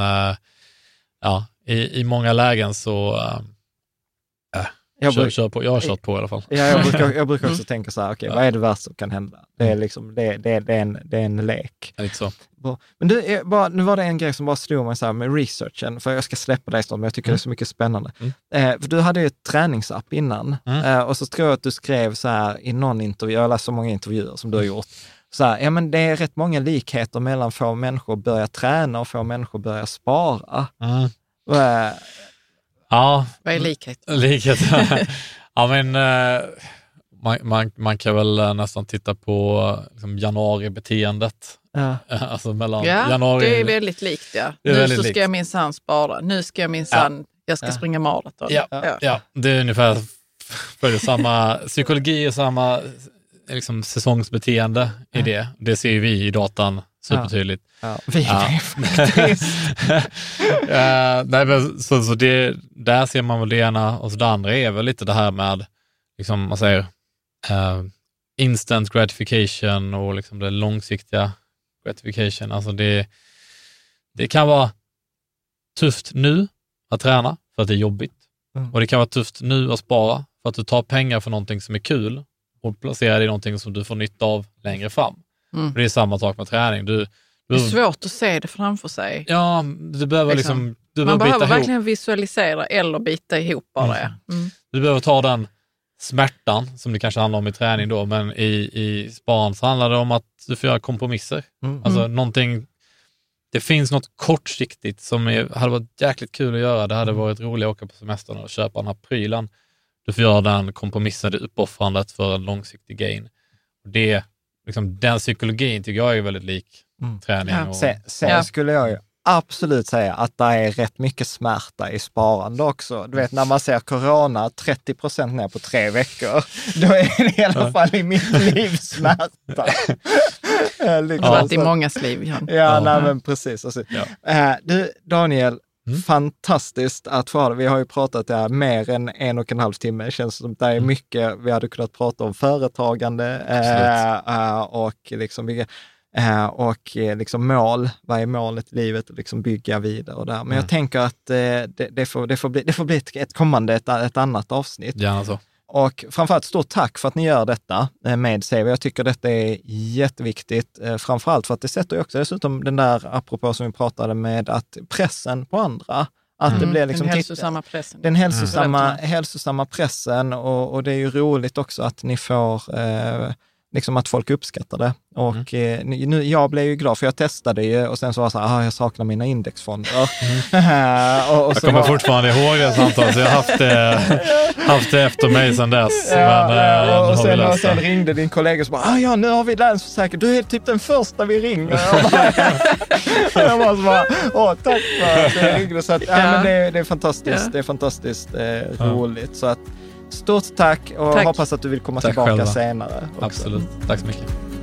i många lägen så jag har kört på i alla fall. Ja, jag brukar också tänka så här, okej, vad är det värsta som kan hända? Det är liksom, det är en lek. Ja, lite så. Men nu var det en grej som bara slog mig så här med researchen, för jag ska släppa dig snart, men jag tycker det är så mycket spännande. För du hade ju ett träningsapp innan, och så tror jag att du skrev så här i någon intervju, jag har läst så många intervjuer som du har gjort, så här, ja men det är rätt många likheter mellan få människor börja träna och få människor börja spara. Ja. Vad är likhet? Ja, men man kan väl nästan titta på liksom, januari-beteendet. Alltså mellan januari... det är väldigt likt, ja. Nu så ska jag minsann spara. Nu ska jag minsann, jag ska springa maraton. Ja, det är ungefär för samma psykologi och samma liksom, säsongsbeteende i det. Det ser ju vi i datan supertydligt. Nej, men så det, där ser man väl det ena, och så det andra är väl lite det här med liksom, man säger instant gratification och liksom det långsiktiga gratification. Alltså det kan vara tufft nu att träna för att det är jobbigt, och det kan vara tufft nu att spara för att du tar pengar för någonting som är kul och placerar det i någonting som du får nytta av längre fram. Det är samma sak med träning. Det är svårt att se det framför sig. Ja, du behöver liksom man behöver verkligen visualisera eller bita ihop bara. Du behöver ta den smärtan som det kanske handlar om i träning då, men i span så handlar det om att du får göra kompromisser. Alltså någonting, det finns något kortsiktigt som hade varit jäkligt kul att göra. Det hade varit roligt att åka på semestern och köpa den här prylen. Du får göra den kompromissen, det uppoffrandet för en långsiktig gain. Och det, liksom, den psykologin tycker jag är väldigt lik träning. Sen skulle jag ju absolut säga att det är rätt mycket smärta i sparande också. Du vet, när man ser corona 30% ner på 3 veckor, då är det i alla fall i mitt liv smärta. Liksom, i mångas liv. Nej, men precis. Alltså. Du, Daniel, fantastiskt att få ha det. Vi har ju pratat där mer än 1,5 timme. Det känns som att det är mycket vi hade kunnat prata om företagande och liksom mål. Vad är målet i livet? Och liksom bygga vidare och där. Men jag tänker att det får bli ett kommande, ett annat avsnitt. Gärna så. Och framförallt stort tack för att ni gör detta med Savor. Jag tycker detta är jätteviktigt. Framförallt för att det sätter ju också dessutom den där, apropå som vi pratade med, att pressen på andra. Att det blir liksom den hälsosamma pressen. Den hälsosamma pressen, och det är ju roligt också att ni får liksom att folk uppskattar det. Och nu, jag blev ju glad för jag testade ju, och sen så var det så här, jag saknar mina indexfonder. Jag kommer fortfarande ihåg det samtalet, så jag har haft det efter mig sedan dess. Och sen ringde din kollega och så bara, nu har vi Länsförsäkring, du är typ den första vi ringer. Jag var så bara, tack för att det ringde. Så att, men det är fantastiskt, det är fantastiskt roligt. Så att stort tack, och hoppas att du vill komma tillbaka senare också. Absolut, tack så mycket.